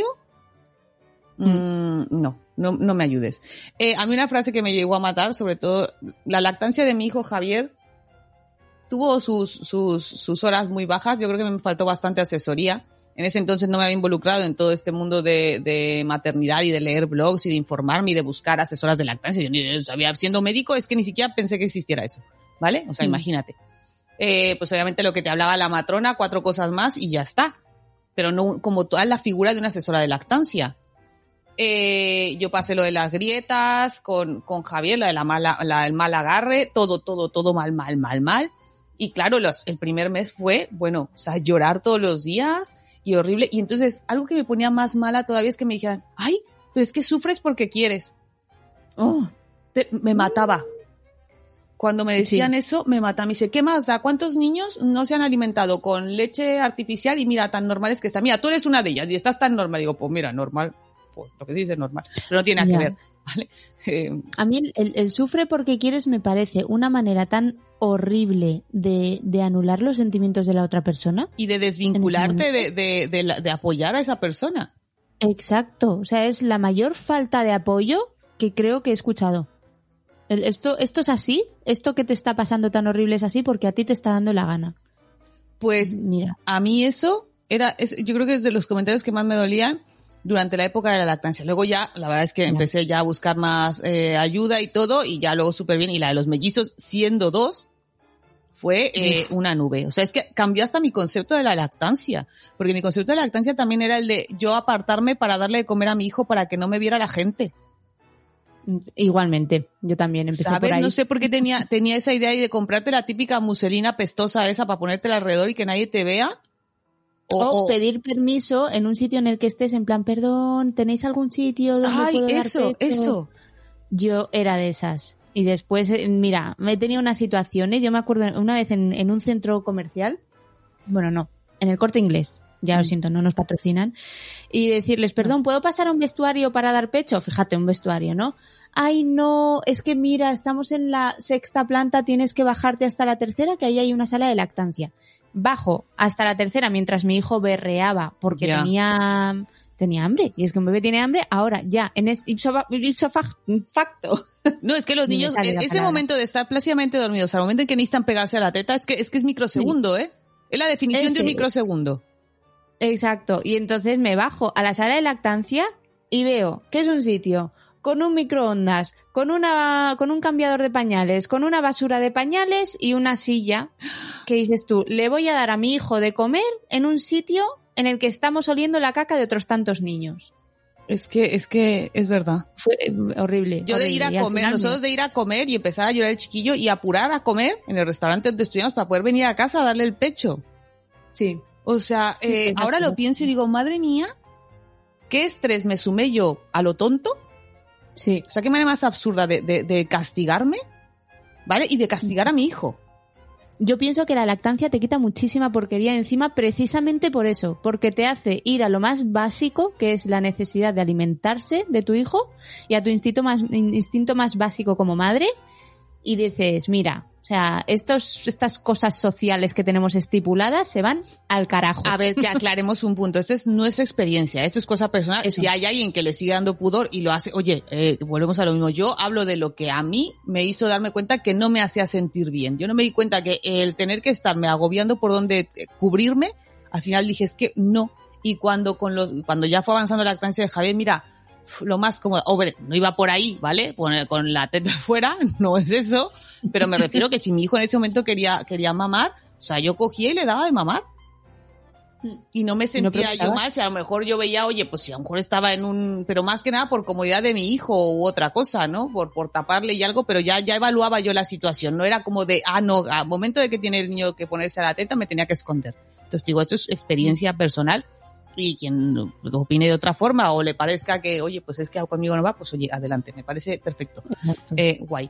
No me ayudes. A mí una frase que me llegó a matar, sobre todo, la lactancia de mi hijo Javier tuvo sus horas muy bajas. Yo creo que me faltó bastante asesoría En ese entonces no me había involucrado en todo este mundo de maternidad y de leer blogs y de informarme y de buscar asesoras de lactancia. Yo ni sabía, siendo médico, es que ni siquiera pensé que existiera eso, ¿vale? O sea, imagínate. Pues obviamente lo que te hablaba la matrona, 4 cosas más y ya está. Pero no como toda la figura de una asesora de lactancia. Yo pasé lo de las grietas con Javier, el mal agarre, todo mal. Y claro, el primer mes fue, bueno, o sea, llorar todos los días y horrible. Y entonces, algo que me ponía más mala todavía es que me dijeran, ay, pero es que sufres porque quieres. Me mataba. Cuando me decían eso, me mataba. Me dice, ¿qué más da? ¿Cuántos niños no se han alimentado con leche artificial? Y mira, tan normales que están. Mira, tú eres una de ellas y estás tan normal. Digo, pues mira, normal. Pues lo que dices es normal. Pero no tiene nada que ver, ¿vale? A mí el sufre porque quieres me parece una manera tan horrible de anular los sentimientos de la otra persona. Y de desvincularte de apoyar a esa persona. Exacto. O sea, es la mayor falta de apoyo que creo que he escuchado. Esto es así, esto que te está pasando tan horrible es así porque a ti te está dando la gana. Pues mira, a mí eso yo creo que es de los comentarios que más me dolían durante la época de la lactancia. Luego ya, la verdad es que empecé ya a buscar más ayuda y todo, y ya luego súper bien. Y la de los mellizos, siendo 2, fue una nube. O sea, es que cambió hasta mi concepto de la lactancia. Porque mi concepto de la lactancia también era el de yo apartarme para darle de comer a mi hijo para que no me viera la gente. Igualmente, yo también empecé ¿sabes? por ahí. No sé por qué tenía esa idea de comprarte la típica muselina pestosa esa para ponértela alrededor y que nadie te vea. O pedir permiso en un sitio en el que estés en plan, perdón, ¿tenéis algún sitio donde puedo dar pecho? Eso. Yo era de esas. Y después, mira, me he tenido unas situaciones. Yo me acuerdo una vez en un centro comercial, bueno, no, en el Corte Inglés. Ya lo siento, no nos patrocinan. Y decirles, perdón, ¿puedo pasar a un vestuario para dar pecho? Fíjate, un vestuario, ¿no? Ay, no, es que mira, estamos en la 6ª planta, tienes que bajarte hasta la 3ª, que ahí hay una sala de lactancia. Bajo hasta la 3ª mientras mi hijo berreaba porque tenía hambre. Y es que un bebé tiene hambre, ahora ya, en ipso facto. No, es que los niños, ese momento de estar plácidamente dormidos, al momento en que necesitan pegarse a la teta, es que es microsegundo, ¿eh? Es la definición de un microsegundo. Exacto. Y entonces me bajo a la sala de lactancia y veo que es un sitio con un microondas, con un cambiador de pañales, con una basura de pañales y una silla que dices tú, le voy a dar a mi hijo de comer en un sitio en el que estamos oliendo la caca de otros tantos niños. Es que es verdad. Fue horrible. Yo de ir a comer, nosotros de ir a comer y empezar a llorar el chiquillo y apurar a comer en el restaurante donde estudiamos para poder venir a casa a darle el pecho. Sí. O sea, ahora lo pienso y digo, madre mía, ¿qué estrés me sumé yo a lo tonto? Sí. O sea, qué manera más absurda de castigarme, ¿vale? Y de castigar a mi hijo. Yo pienso que la lactancia te quita muchísima porquería encima precisamente por eso, porque te hace ir a lo más básico, que es la necesidad de alimentarse de tu hijo, y a tu instinto más básico como madre, y dices, mira, o sea, estas cosas sociales que tenemos estipuladas se van al carajo. A ver, que aclaremos un punto. Esto es nuestra experiencia. Esto es cosa personal. Eso. Si hay alguien que le sigue dando pudor y lo hace, oye, volvemos a lo mismo. Yo hablo de lo que a mí me hizo darme cuenta que no me hacía sentir bien. Yo no me di cuenta que el tener que estarme agobiando por donde cubrirme, al final dije, es que no. Y cuando ya fue avanzando la lactancia de Javier, mira, lo más cómodo, hombre, no iba por ahí, ¿vale? Con la teta fuera, no es eso, pero me refiero que si mi hijo en ese momento quería mamar, o sea, yo cogía y le daba de mamar. Y no me sentía yo mal, si a lo mejor yo veía, oye, pues si a lo mejor estaba pero más que nada por comodidad de mi hijo u otra cosa, ¿no? Por taparle y algo, pero ya evaluaba yo la situación, no era como de, no, al momento de que tiene el niño que ponerse a la teta me tenía que esconder. Entonces digo, esto es experiencia personal. Y quien opine de otra forma o le parezca que, oye, pues es que conmigo no va, pues oye, adelante, me parece perfecto. Guay.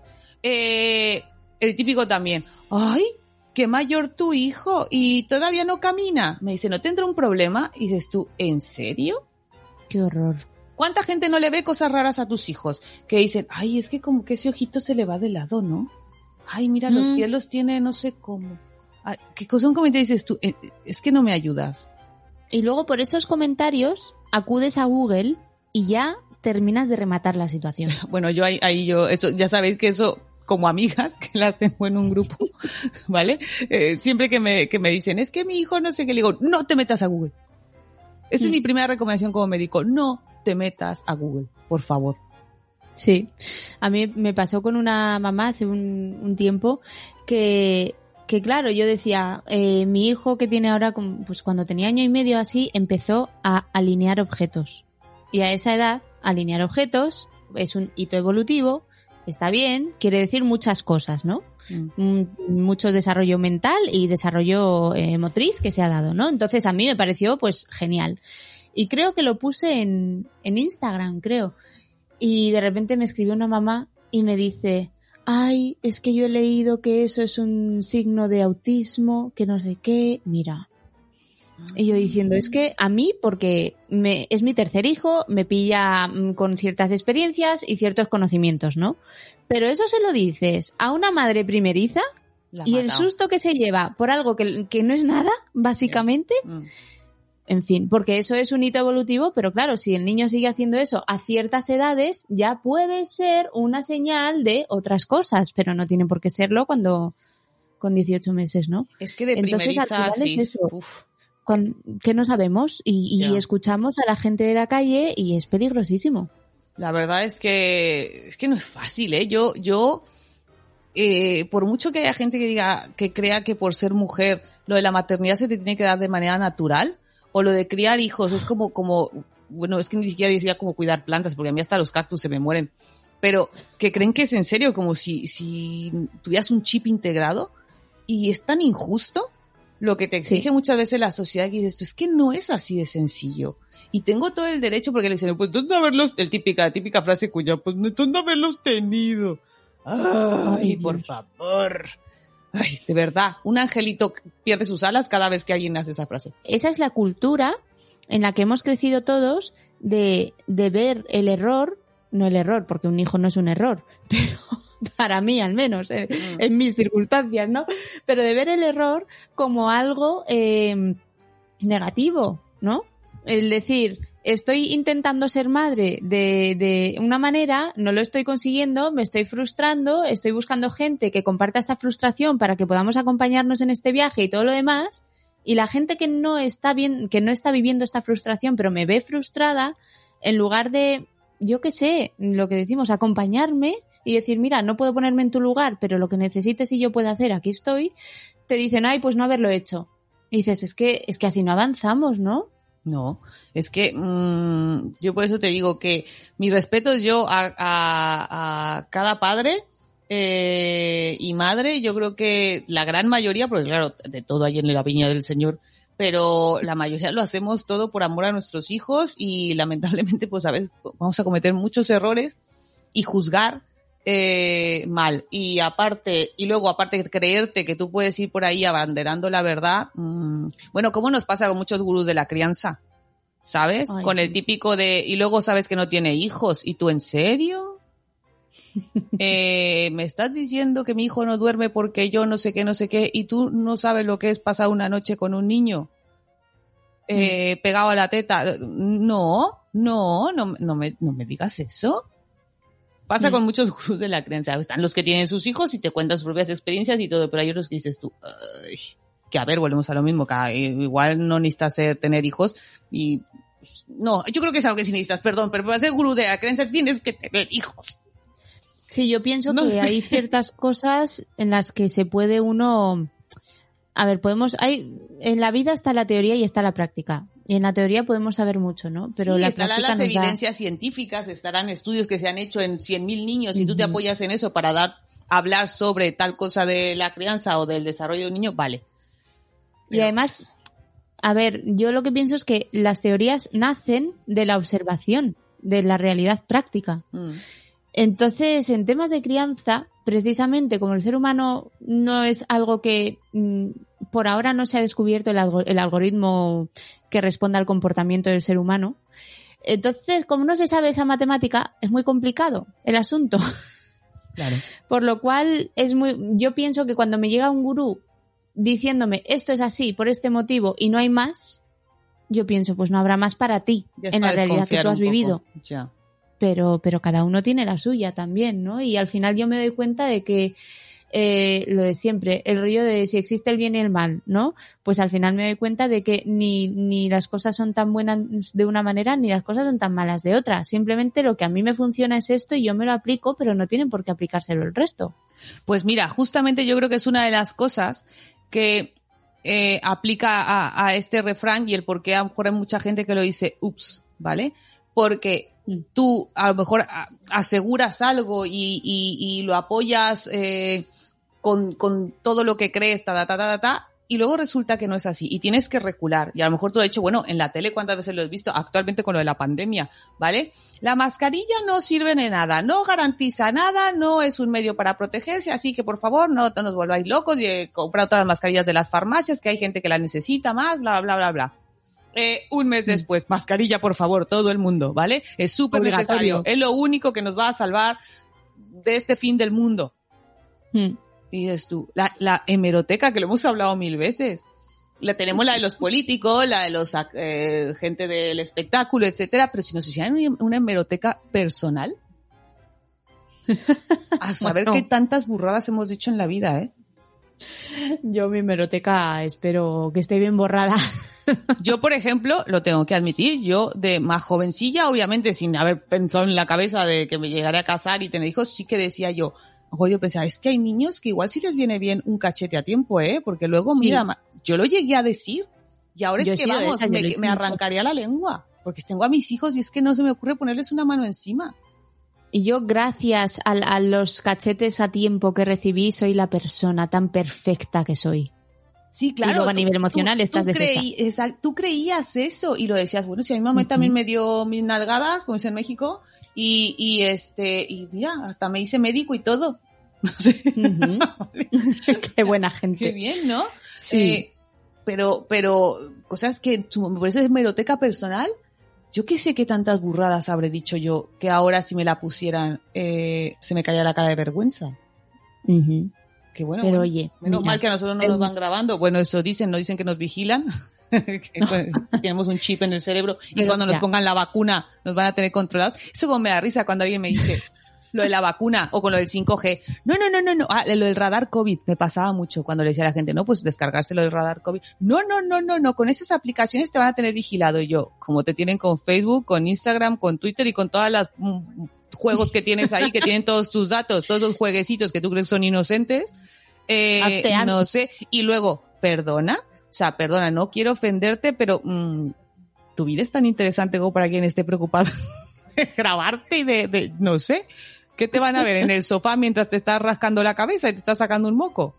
El típico también, ay, qué mayor tu hijo y todavía no camina. Me dice, ¿no tendrá un problema? Y dices tú, ¿en serio? Qué horror. ¿Cuánta gente no le ve cosas raras a tus hijos? Que dicen, ay, es que como que ese ojito se le va de lado, ¿no? Ay, mira, los pies los tiene no sé cómo. Ay, ¿qué cosa un comentario dices tú? Es que no me ayudas. Y luego por esos comentarios acudes a Google y ya terminas de rematar la situación. Bueno, yo eso, ya sabéis que eso, como amigas, que las tengo en un grupo, ¿vale? Siempre que me dicen, es que mi hijo no sé qué, le digo, no te metas a Google. Esa es mi primera recomendación como médico. No te metas a Google, por favor. Sí, a mí me pasó con una mamá hace un tiempo que claro, yo decía, mi hijo que tiene ahora, pues cuando tenía 1 año y medio así, empezó a alinear objetos. Y a esa edad, alinear objetos es un hito evolutivo, está bien, quiere decir muchas cosas, ¿no? Mucho desarrollo mental y desarrollo motriz que se ha dado, ¿no? Entonces a mí me pareció pues genial. Y creo que lo puse en Instagram, creo. Y de repente me escribió una mamá y me dice, ay, es que yo he leído que eso es un signo de autismo, que no sé qué, mira. Y yo diciendo, es que a mí, porque es mi tercer hijo, me pilla con ciertas experiencias y ciertos conocimientos, ¿no? Pero eso se lo dices a una madre primeriza y el susto que se lleva por algo que no es nada, básicamente. En fin, porque eso es un hito evolutivo, pero claro, si el niño sigue haciendo eso a ciertas edades, ya puede ser una señal de otras cosas, pero no tiene por qué serlo con 18 meses, ¿no? Es que de primeriza, sí. Es eso. Que no sabemos y escuchamos a la gente de la calle y es peligrosísimo. La verdad es que no es fácil, ¿eh? Yo por mucho que haya gente que crea que por ser mujer lo de la maternidad se te tiene que dar de manera natural, o lo de criar hijos es como, bueno, es que ni siquiera decía como cuidar plantas, porque a mí hasta los cactus se me mueren, pero que creen que es en serio, como si tuvieras un chip integrado, y es tan injusto lo que te exige muchas veces la sociedad, que dices tú, es que no es así de sencillo. Y tengo todo el derecho, porque le dicen, pues ¿dónde haberlos? La típica frase cuya, pues ¿dónde haberlos tenido? Ay, por favor. Ay, de verdad, un angelito pierde sus alas cada vez que alguien hace esa frase. Esa es la cultura en la que hemos crecido todos de ver el error, no el error, porque un hijo no es un error, pero para mí al menos, en mis circunstancias, ¿no? Pero de ver el error como algo negativo, ¿no? Es decir, estoy intentando ser madre de una manera, no lo estoy consiguiendo, me estoy frustrando, estoy buscando gente que comparta esta frustración para que podamos acompañarnos en este viaje y todo lo demás, y la gente que no está viviendo esta frustración, pero me ve frustrada, en lugar de, yo qué sé, lo que decimos, acompañarme y decir, mira, no puedo ponerme en tu lugar, pero lo que necesites y yo pueda hacer, aquí estoy, te dicen, ay, pues no haberlo hecho. Y dices, es que así no avanzamos, ¿no? No, es que yo por eso te digo que mi respeto es yo a cada padre y madre. Yo creo que la gran mayoría, porque claro, de todo hay en la viña del Señor, pero la mayoría lo hacemos todo por amor a nuestros hijos, y lamentablemente pues a veces vamos a cometer muchos errores y juzgar mal, y luego aparte creerte que tú puedes ir por ahí abanderando la verdad. Bueno, ¿cómo nos pasa con muchos gurús de la crianza? ¿Sabes? Ay, con el típico y luego sabes que no tiene hijos, ¿y tú en serio? ¿Me estás diciendo que mi hijo no duerme porque yo no sé qué, y tú no sabes lo que es pasar una noche con un niño pegado a la teta? No me digas eso. Pasa con muchos gurús de la crianza. Están los que tienen sus hijos y te cuentan sus propias experiencias y todo, pero hay otros que dices tú, ay, que a ver, volvemos a lo mismo, que igual no necesitas tener hijos, y no, yo creo que es algo que sí necesitas, perdón, pero para ser gurú de la crianza tienes que tener hijos. Sí, yo pienso que hay ciertas cosas en las que se puede uno... A ver, en la vida está la teoría y está la práctica. Y en la teoría podemos saber mucho, ¿no? Pero sí, la estarán práctica las evidencias científicas, estarán estudios que se han hecho en 100.000 niños, y tú te apoyas en eso para hablar sobre tal cosa de la crianza o del desarrollo de un niño, vale. Y además, a ver, yo lo que pienso es que las teorías nacen de la observación, de la realidad práctica. Entonces, en temas de crianza, precisamente como el ser humano no es algo que por ahora no se ha descubierto el algoritmo que responda al comportamiento del ser humano, entonces, como no se sabe esa matemática, es muy complicado el asunto. Claro. Por lo cual, yo pienso que cuando me llega un gurú diciéndome esto es así por este motivo y no hay más, yo pienso, pues no habrá más para ti en la realidad que tú has vivido. Ya. Pero cada uno tiene la suya también, ¿no? Y al final yo me doy cuenta de que lo de siempre, el rollo de si existe el bien y el mal, ¿no? Pues al final me doy cuenta de que ni las cosas son tan buenas de una manera ni las cosas son tan malas de otra. Simplemente lo que a mí me funciona es esto y yo me lo aplico, pero no tienen por qué aplicárselo el resto. Pues mira, justamente yo creo que es una de las cosas que aplica a este refrán y el por qué a lo mejor hay mucha gente que lo dice ups, ¿vale? Porque tú a lo mejor aseguras algo y lo apoyas con todo lo que crees, y luego resulta que no es así y tienes que recular. Y a lo mejor tú has dicho, bueno, en la tele cuántas veces lo has visto, actualmente con lo de la pandemia, ¿vale? La mascarilla no sirve de nada, no garantiza nada, no es un medio para protegerse, así que por favor no nos volváis locos y comprad todas las mascarillas de las farmacias, que hay gente que la necesita más, bla, bla, bla, bla. Un mes después, mascarilla, por favor, todo el mundo, ¿vale? Es súper necesario. Es lo único que nos va a salvar de este fin del mundo. Y dices tú, la hemeroteca, que lo hemos hablado 1000 veces. Tenemos la de los políticos, la de los gente del espectáculo, etcétera, pero si nos hicieran una hemeroteca personal, a saber qué tantas burradas hemos dicho en la vida, ¿eh? Yo mi hemeroteca espero que esté bien borrada. Yo, por ejemplo, lo tengo que admitir, yo de más jovencilla, obviamente sin haber pensado en la cabeza de que me llegaré a casar y tener hijos, sí que decía yo pensaba, es que hay niños que igual sí les viene bien un cachete a tiempo, porque luego, sí. Mira, yo lo llegué a decir y ahora es que vamos, me arrancaría la lengua, porque tengo a mis hijos y es que no se me ocurre ponerles una mano encima. Y yo, gracias a los cachetes a tiempo que recibí, soy la persona tan perfecta que soy. Sí, claro. Y luego a nivel emocional estás deshecha. Tú creías eso y lo decías, bueno, si a mi mamá también me dio mis nalgadas, como es en México, y mira, hasta me hice médico y todo. No sé. Qué buena gente. Qué bien, ¿no? Sí. Pero cosas que por eso es hemeroteca personal. Yo qué sé qué tantas burradas habré dicho yo que ahora si me la pusieran se me caería la cara de vergüenza. Que bueno, pero oye, menos mal que a nosotros no nos van grabando. Bueno, eso dicen, no dicen que nos vigilan. Que tenemos un chip en el cerebro y cuando nos pongan la vacuna nos van a tener controlados. Eso como me da risa cuando alguien me dice lo de la vacuna o con lo del 5G. No. Lo del radar COVID me pasaba mucho cuando le decía a la gente, no, pues descargarse lo del radar COVID. No. Con esas aplicaciones te van a tener vigilado. Y yo, como te tienen con Facebook, con Instagram, con Twitter y con todas las juegos que tienes ahí, que tienen todos tus datos, todos esos jueguecitos que tú crees son inocentes. No sé. Y luego, perdona, no quiero ofenderte, pero tu vida es tan interesante como para quien esté preocupado de grabarte y de no sé, ¿qué te van a ver en el sofá mientras te estás rascando la cabeza y te estás sacando un moco?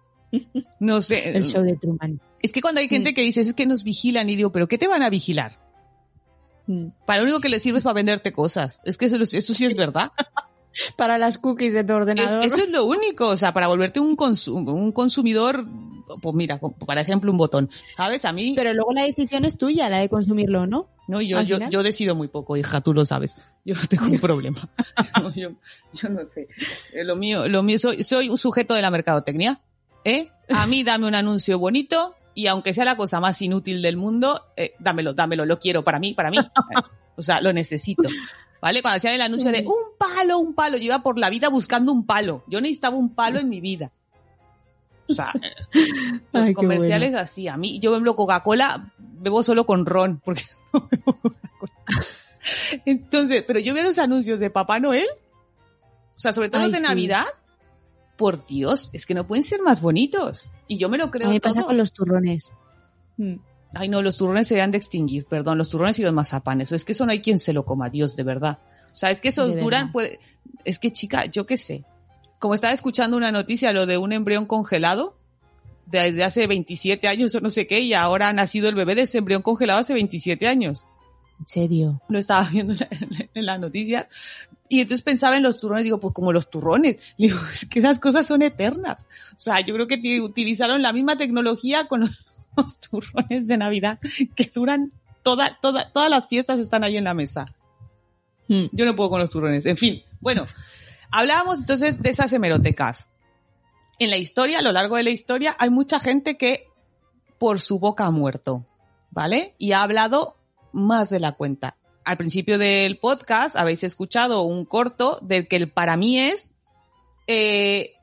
No sé. El show de Truman. Es que cuando hay gente que dice, es que nos vigilan y digo, ¿pero qué te van a vigilar? Para lo único que les sirve es para venderte cosas. Es que eso sí es verdad. Para las cookies de tu ordenador. Eso es lo único, o sea, para volverte un consumidor, pues mira, por ejemplo, un botón, ¿sabes? A mí... Pero luego la decisión es tuya, la de consumirlo, ¿no? No, yo decido muy poco, hija, tú lo sabes. Yo tengo un problema. No, yo no sé. Lo mío, soy un sujeto de la mercadotecnia, A mí dame un anuncio bonito y aunque sea la cosa más inútil del mundo, dámelo, lo quiero para mí. O sea, lo necesito. ¿Vale? Cuando hacían el anuncio de un palo, yo iba por la vida buscando un palo. Yo necesitaba un palo en mi vida. O sea, los comerciales bueno. Así. A mí, yo bebo Coca-Cola, bebo solo con ron, porque no bebo Coca-Cola. Entonces, pero yo veo los anuncios de Papá Noel, o sea, sobre todo los de Navidad, por Dios, es que no pueden ser más bonitos. Y yo me lo creo todo. A mí me pasa con los turrones. Ay, no, los turrones se deben de extinguir, perdón, los turrones y los mazapanes. Es que eso no hay quien se lo coma, Dios, de verdad. O sea, es que esos duran, es que chica, yo qué sé. Como estaba escuchando una noticia, lo de un embrión congelado, desde hace 27 años o no sé qué, y ahora ha nacido el bebé de ese embrión congelado hace 27 años. ¿En serio? Lo estaba viendo en las noticias. Y entonces pensaba en los turrones, digo, pues como los turrones. Digo, es que esas cosas son eternas. O sea, yo creo que utilizaron la misma tecnología con los turrones de Navidad que duran todas las fiestas están ahí en la mesa. Yo no puedo con los turrones. En fin, bueno, hablábamos entonces de esas hemerotecas. En la historia, a lo largo de la historia, hay mucha gente que por su boca ha muerto, ¿vale? Y ha hablado más de la cuenta. Al principio del podcast habéis escuchado un corto del que para mí es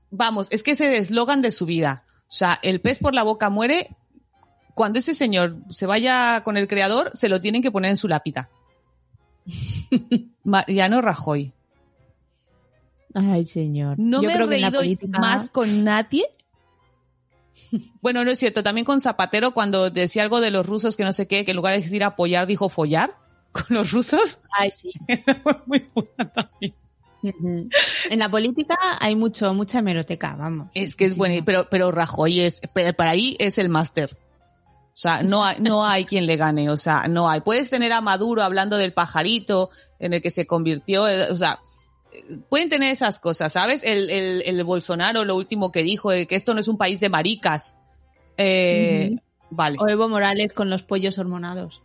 vamos, es que es el eslogan de su vida. O sea, el pez por la boca muere. Cuando ese señor se vaya con el creador, se lo tienen que poner en su lápida. Mariano Rajoy. Ay, señor. No Yo me he creo que en la reído política más con nadie. Bueno, no es cierto. También con Zapatero, cuando decía algo de los rusos que no sé qué, que en lugar de decir apoyar, dijo follar con los rusos. Ay, sí. Eso fue muy buena también. En la política hay mucha hemeroteca, vamos. Es que es bueno, pero Rajoy para ahí es el máster. O sea, no hay quien le gane, o sea, no hay. Puedes tener a Maduro hablando del pajarito en el que se convirtió, o sea, pueden tener esas cosas, ¿sabes? El Bolsonaro, lo último que dijo, de que esto no es un país de maricas. Vale. O Evo Morales con los pollos hormonados.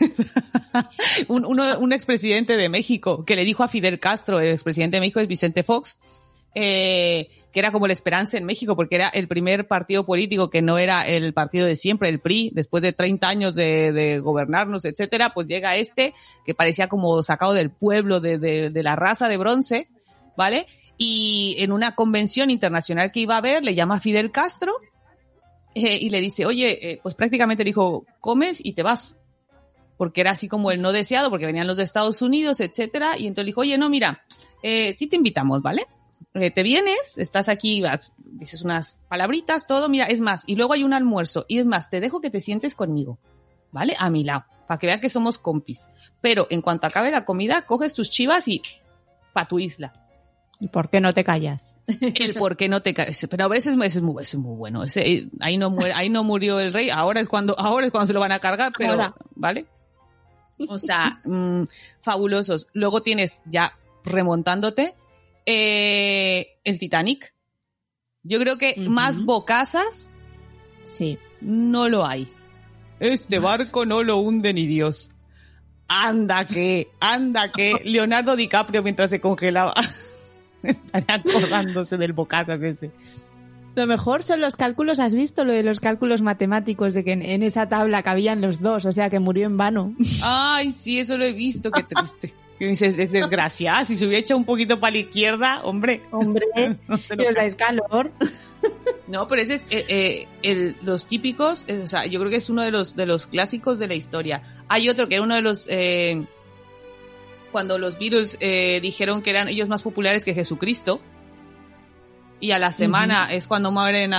un expresidente de México que le dijo a Fidel Castro, el expresidente de México es Vicente Fox, que era como la esperanza en México, porque era el primer partido político que no era el partido de siempre, el PRI, después de 30 años de gobernarnos, etcétera, pues llega que parecía como sacado del pueblo, de la raza de bronce, ¿vale? Y en una convención internacional que iba a haber, le llama a Fidel Castro, y le dice, oye, pues prácticamente le dijo, comes y te vas. Porque era así como el no deseado, porque venían los de Estados Unidos, etcétera. Y entonces le dijo, oye, no, mira, sí te invitamos, ¿vale? Te vienes, estás aquí, dices unas palabritas, todo, mira, es más. Y luego hay un almuerzo. Y es más, te dejo que te sientes conmigo, ¿vale? A mi lado, para que veas que somos compis. Pero en cuanto acabe la comida, coges tus chivas y pa' tu isla. ¿Y por qué no te callas? El por qué no te callas. Pero a veces ese es muy bueno. Ahí no murió el rey. Ahora es cuando se lo van a cargar, pero, ahora. ¿Vale? O sea, fabulosos. Luego tienes, ya remontándote, el Titanic. Yo creo que más bocazas sí, no lo hay. Este barco no lo hunde ni Dios. Anda que Leonardo DiCaprio mientras se congelaba estaría acordándose del bocazas ese. Lo mejor son los cálculos, ¿has visto lo de los cálculos matemáticos de que en esa tabla cabían los dos, o sea que murió en vano? Ay, sí, eso lo he visto, qué triste. Que me dices, es desgraciada, si se hubiera echado un poquito para la izquierda, hombre, no os dais calor. No, pero ese es los típicos, o sea, yo creo que es uno de los clásicos de la historia. Hay otro que era uno de los cuando los Beatles dijeron que eran ellos más populares que Jesucristo. Y a la semana es cuando muere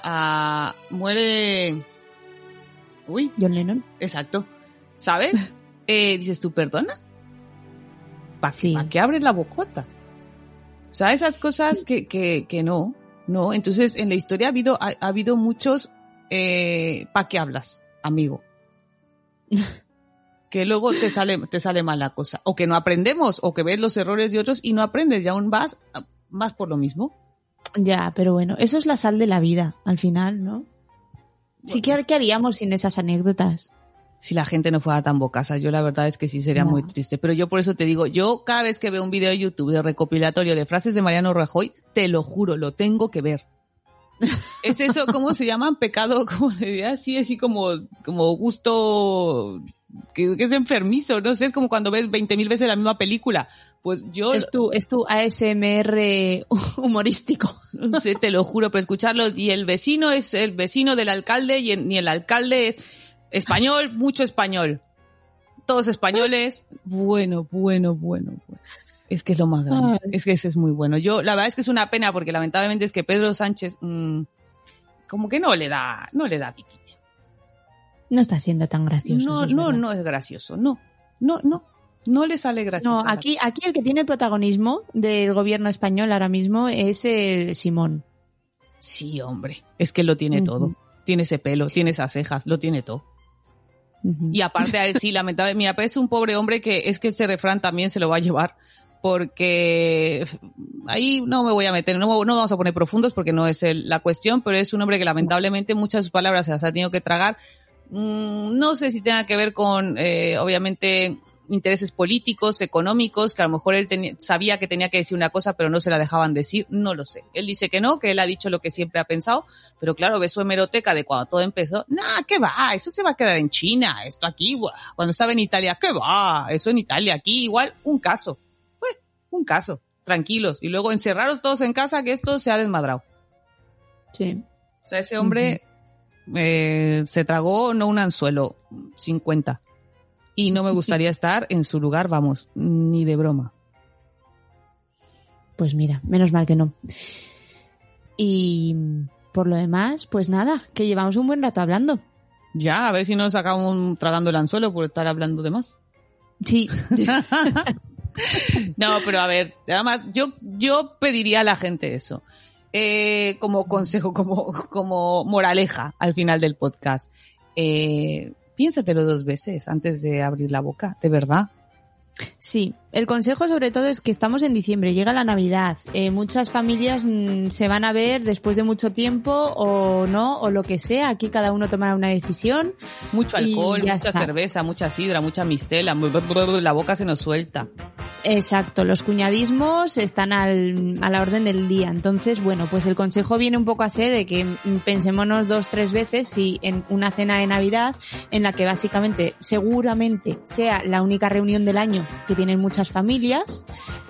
John Lennon. Exacto. ¿Sabes? Dices tú, ¿perdona? ¿Para qué abres la bocota? O sea, esas cosas que no. Entonces, en la historia ha habido muchos, ¿para qué hablas, amigo? Que luego te sale mal la cosa. O que no aprendemos, o que ves los errores de otros y no aprendes, y aún vas por lo mismo. Ya, pero bueno, eso es la sal de la vida, al final, ¿no? Sí, ¿qué haríamos sin esas anécdotas? Si la gente no fuera tan bocasa, yo la verdad es que sí sería muy triste. Pero yo por eso te digo, yo cada vez que veo un video de YouTube de recopilatorio de frases de Mariano Rajoy, te lo juro, lo tengo que ver. Es eso, ¿cómo se llaman? Pecado, como le diría, así como gusto que es enfermizo, no sé, es como cuando ves 20.000 veces la misma película. Pues yo... Es tu ASMR humorístico. No sé, te lo juro, pero escucharlo, y el vecino es el vecino del alcalde, y ni el alcalde es español, mucho español. Todos españoles. Bueno. Es que es lo más grande. Ay. Es que ese es muy bueno. La verdad es que es una pena, porque lamentablemente es que Pedro Sánchez como que no le da piquilla. No está siendo tan gracioso. No es gracioso. No le sale gracioso. No, aquí el que tiene el protagonismo del gobierno español ahora mismo es el Simón. Sí, hombre. Es que lo tiene todo. Tiene ese pelo, tiene esas cejas, lo tiene todo. Y aparte a él sí, lamentablemente, mira, pero es un pobre hombre que es que ese refrán también se lo va a llevar, porque ahí no me voy a meter, no vamos a poner profundos porque no es la cuestión, pero es un hombre que lamentablemente muchas de sus palabras se las ha tenido que tragar. No sé si tenga que ver con, obviamente, intereses políticos, económicos, que a lo mejor él sabía que tenía que decir una cosa, pero no se la dejaban decir, no lo sé. Él dice que no, que él ha dicho lo que siempre ha pensado, pero claro, ve su hemeroteca de cuando todo empezó. ¿Qué va? Eso se va a quedar en China, esto aquí, cuando estaba en Italia, ¿qué va? Eso en Italia, aquí igual, un caso, tranquilos, y luego encerraros todos en casa que esto se ha desmadrado. Sí. O sea, ese hombre se tragó no un anzuelo, 50. Y no me gustaría estar en su lugar, vamos, ni de broma. Pues mira, menos mal que no. Y por lo demás, pues nada, que llevamos un buen rato hablando. Ya, a ver si nos acabamos tragando el anzuelo por estar hablando de más. Sí. No, pero a ver, además yo pediría a la gente eso. Como consejo, como moraleja al final del podcast. Piénsatelo 2 veces antes de abrir la boca, de verdad. Sí, el consejo sobre todo es que estamos en diciembre, llega la Navidad, muchas familias se van a ver después de mucho tiempo o no, o lo que sea, aquí cada uno tomará una decisión. Mucho alcohol, mucha cerveza, mucha sidra, mucha mistela, la boca se nos suelta. Exacto, los cuñadismos están a la orden del día, entonces bueno, pues el consejo viene un poco a ser de que pensémonos 2-3 veces si en una cena de Navidad en la que básicamente seguramente sea la única reunión del año que tienen muchas familias,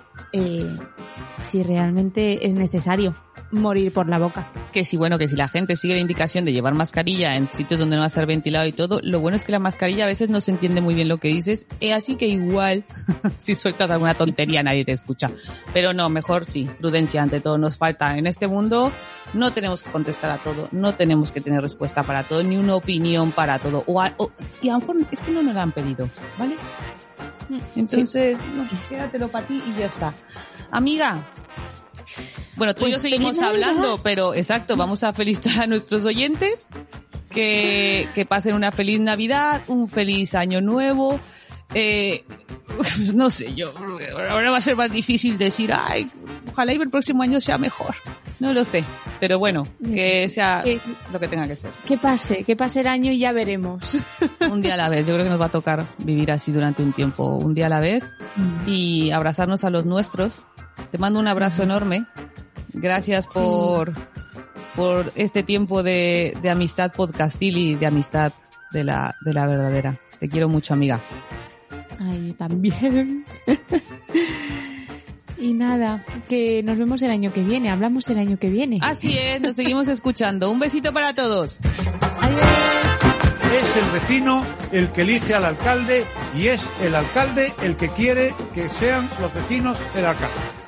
si realmente es necesario morir por la boca. Que si la gente sigue la indicación de llevar mascarilla en sitios donde no va a ser ventilado y todo, lo bueno es que la mascarilla a veces no se entiende muy bien lo que dices, así que igual si sueltas alguna tontería nadie te escucha. Pero no, mejor sí, prudencia ante todo. Nos falta en este mundo, no tenemos que contestar a todo, no tenemos que tener respuesta para todo, ni una opinión para todo. Y a lo mejor es que no nos la han pedido, ¿vale? Entonces, no, quédatelo para ti y ya está. Amiga, bueno, tú y yo seguimos hablando, pero exacto, vamos a felicitar a nuestros oyentes, que pasen una feliz Navidad, un feliz Año Nuevo. No sé, ahora va a ser más difícil decir, ojalá y el próximo año sea mejor. No lo sé, pero bueno, que sea lo que tenga que ser. Que pase el año y ya veremos. Un día a la vez, yo creo que nos va a tocar vivir así durante un tiempo, un día a la vez, y abrazarnos a los nuestros. Te mando un abrazo enorme. Gracias por este tiempo de amistad podcastil y de amistad de la verdadera. Te quiero mucho, amiga. Ay, también. Y nada, que nos vemos el año que viene, hablamos el año que viene. Así es, nos seguimos escuchando. Un besito para todos. Adiós. Es el vecino el que elige al alcalde y es el alcalde el que quiere que sean los vecinos el alcalde.